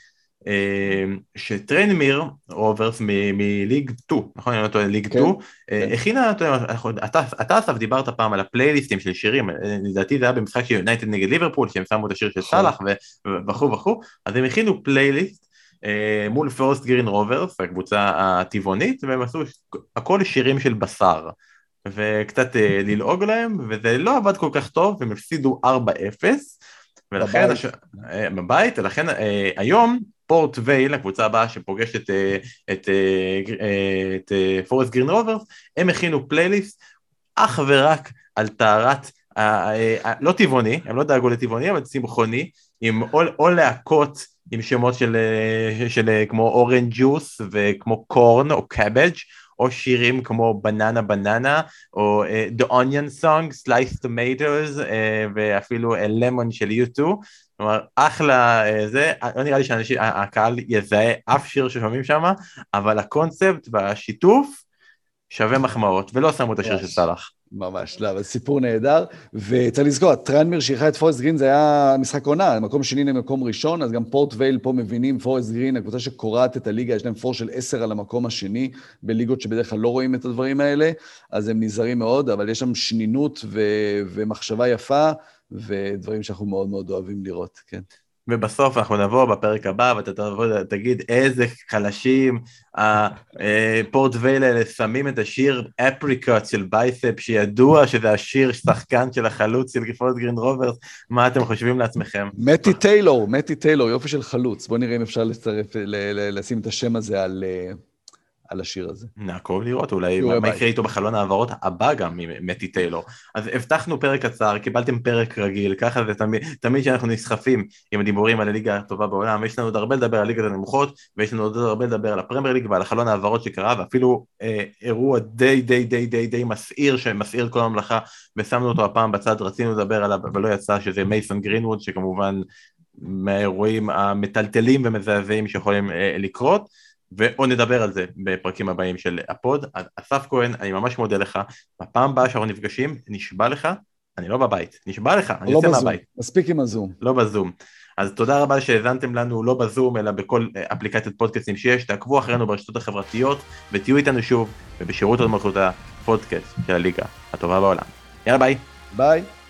שטריינמיר רוברס מליג 2, נכון? אני לא טועה, ליג 2, הכינה, אתה אסף דיברת פעם על הפלייליסטים של שירים, לדעתי זה היה במשחק של יונייטד נגד ליברפול, שהם שמו את השיר של סלאח וכו', אז הם הכינו פלייליסט מול פורסט גרין רוברס, הקבוצה הטבעונית, והם עשו הכל שירים של בשר, וקצת ללעוג להם, וזה לא עבד כל כך טוב, והם הפסידו 4-0, ולכן בבית, ולכן היום פורט וייל, הקבוצה הבאה שפוגשת את פורסט גרין רוברס, הם הכינו פלייליסט אך ורק על טהרת, לא טבעוני, הם לא דאגו לטבעוני, אבל צמחוני, עם או להקות עם שמות של כמו אורנג' ג'וס וכמו קורן או קאבג', או שירים כמו בננה בננה, או The Onion Song, Sliced Tomatoes, ואפילו Lemon של U2, כלומר, אחלה זה, לא נראה לי שהקהל יזהה אף שיר ששומעים שם, אבל הקונספט והשיתוף שווה מחמאות, ולא שמו את השיר של סלאח. ממש, לא, אבל סיפור נהדר, וצריך לזכור, טרנמיר שאירחה את פורסט גרין, זה היה משחק עונה, מקום שני למקום ראשון, אז גם פורט וייל פה מבינים, פורסט גרין, הקבוצה שקוראת את הליגה, יש להם פור של 10 על המקום השני, בליגות שבדרך כלל לא רואים את הדברים האלה, אז הם נזהרים מאוד, אבל יש שם שנינות ומחשבה יפה, ודברים שאנחנו מאוד מאוד אוהבים לראות, כן. ובסוף אנחנו נבוא בפרק הבא, ואתה תבוא, תגיד איזה חלשים, פורט וייל האלה שמים את השיר אפריקוט של בייספ, שידוע שזה השיר שחקן של החלוץ של פורסט גרין רוברס, מה אתם חושבים לעצמכם? מתי טיילור, יופי של חלוץ, בוא נראה אם אפשר לשים את השם הזה על השיר הזה. נעקוב לראות, אולי מה יקרה איתו בחלון העברות הבא גם ממתי טיילור. אז הבטחנו פרק קצר, קיבלתם פרק רגיל, ככה זה תמיד שאנחנו נסחפים עם הדיבורים על הליגה הטובה בעולם, יש לנו עוד הרבה לדבר על הליגות הנמוכות, ויש לנו עוד הרבה לדבר על הפרמייר ליג ועל החלון העברות שקרה, ואפילו אירוע די מסעיר, שמסעיר כל הממלכה, ושמנו אותו הפעם בצד, רצינו לדבר עליו, אבל לא יצא, שזה מייסון גרינווד, שכמובן מהאירועים המטלטלים ומזעזעים שיכולים לקרות, ועוד נדבר על זה בפרקים הבאים של הפוד. אסף כהן, אני ממש מודה לך, בפעם הבאה שאנחנו נפגשים, נשבע לך, אני לא בבית, נשבע לך, אני יוצא מהבית. מספיק עם הזום. לא בזום. אז תודה רבה שהזנתם לנו, לא בזום, אלא בכל אפליקציית פודקאסטים שיש, תעקבו אחרינו ברשתות החברתיות, ותהיו איתנו שוב, ובשירות עוד מלכות הפודקאסט של הליגה הטובה בעולם. יאללה ביי. ביי.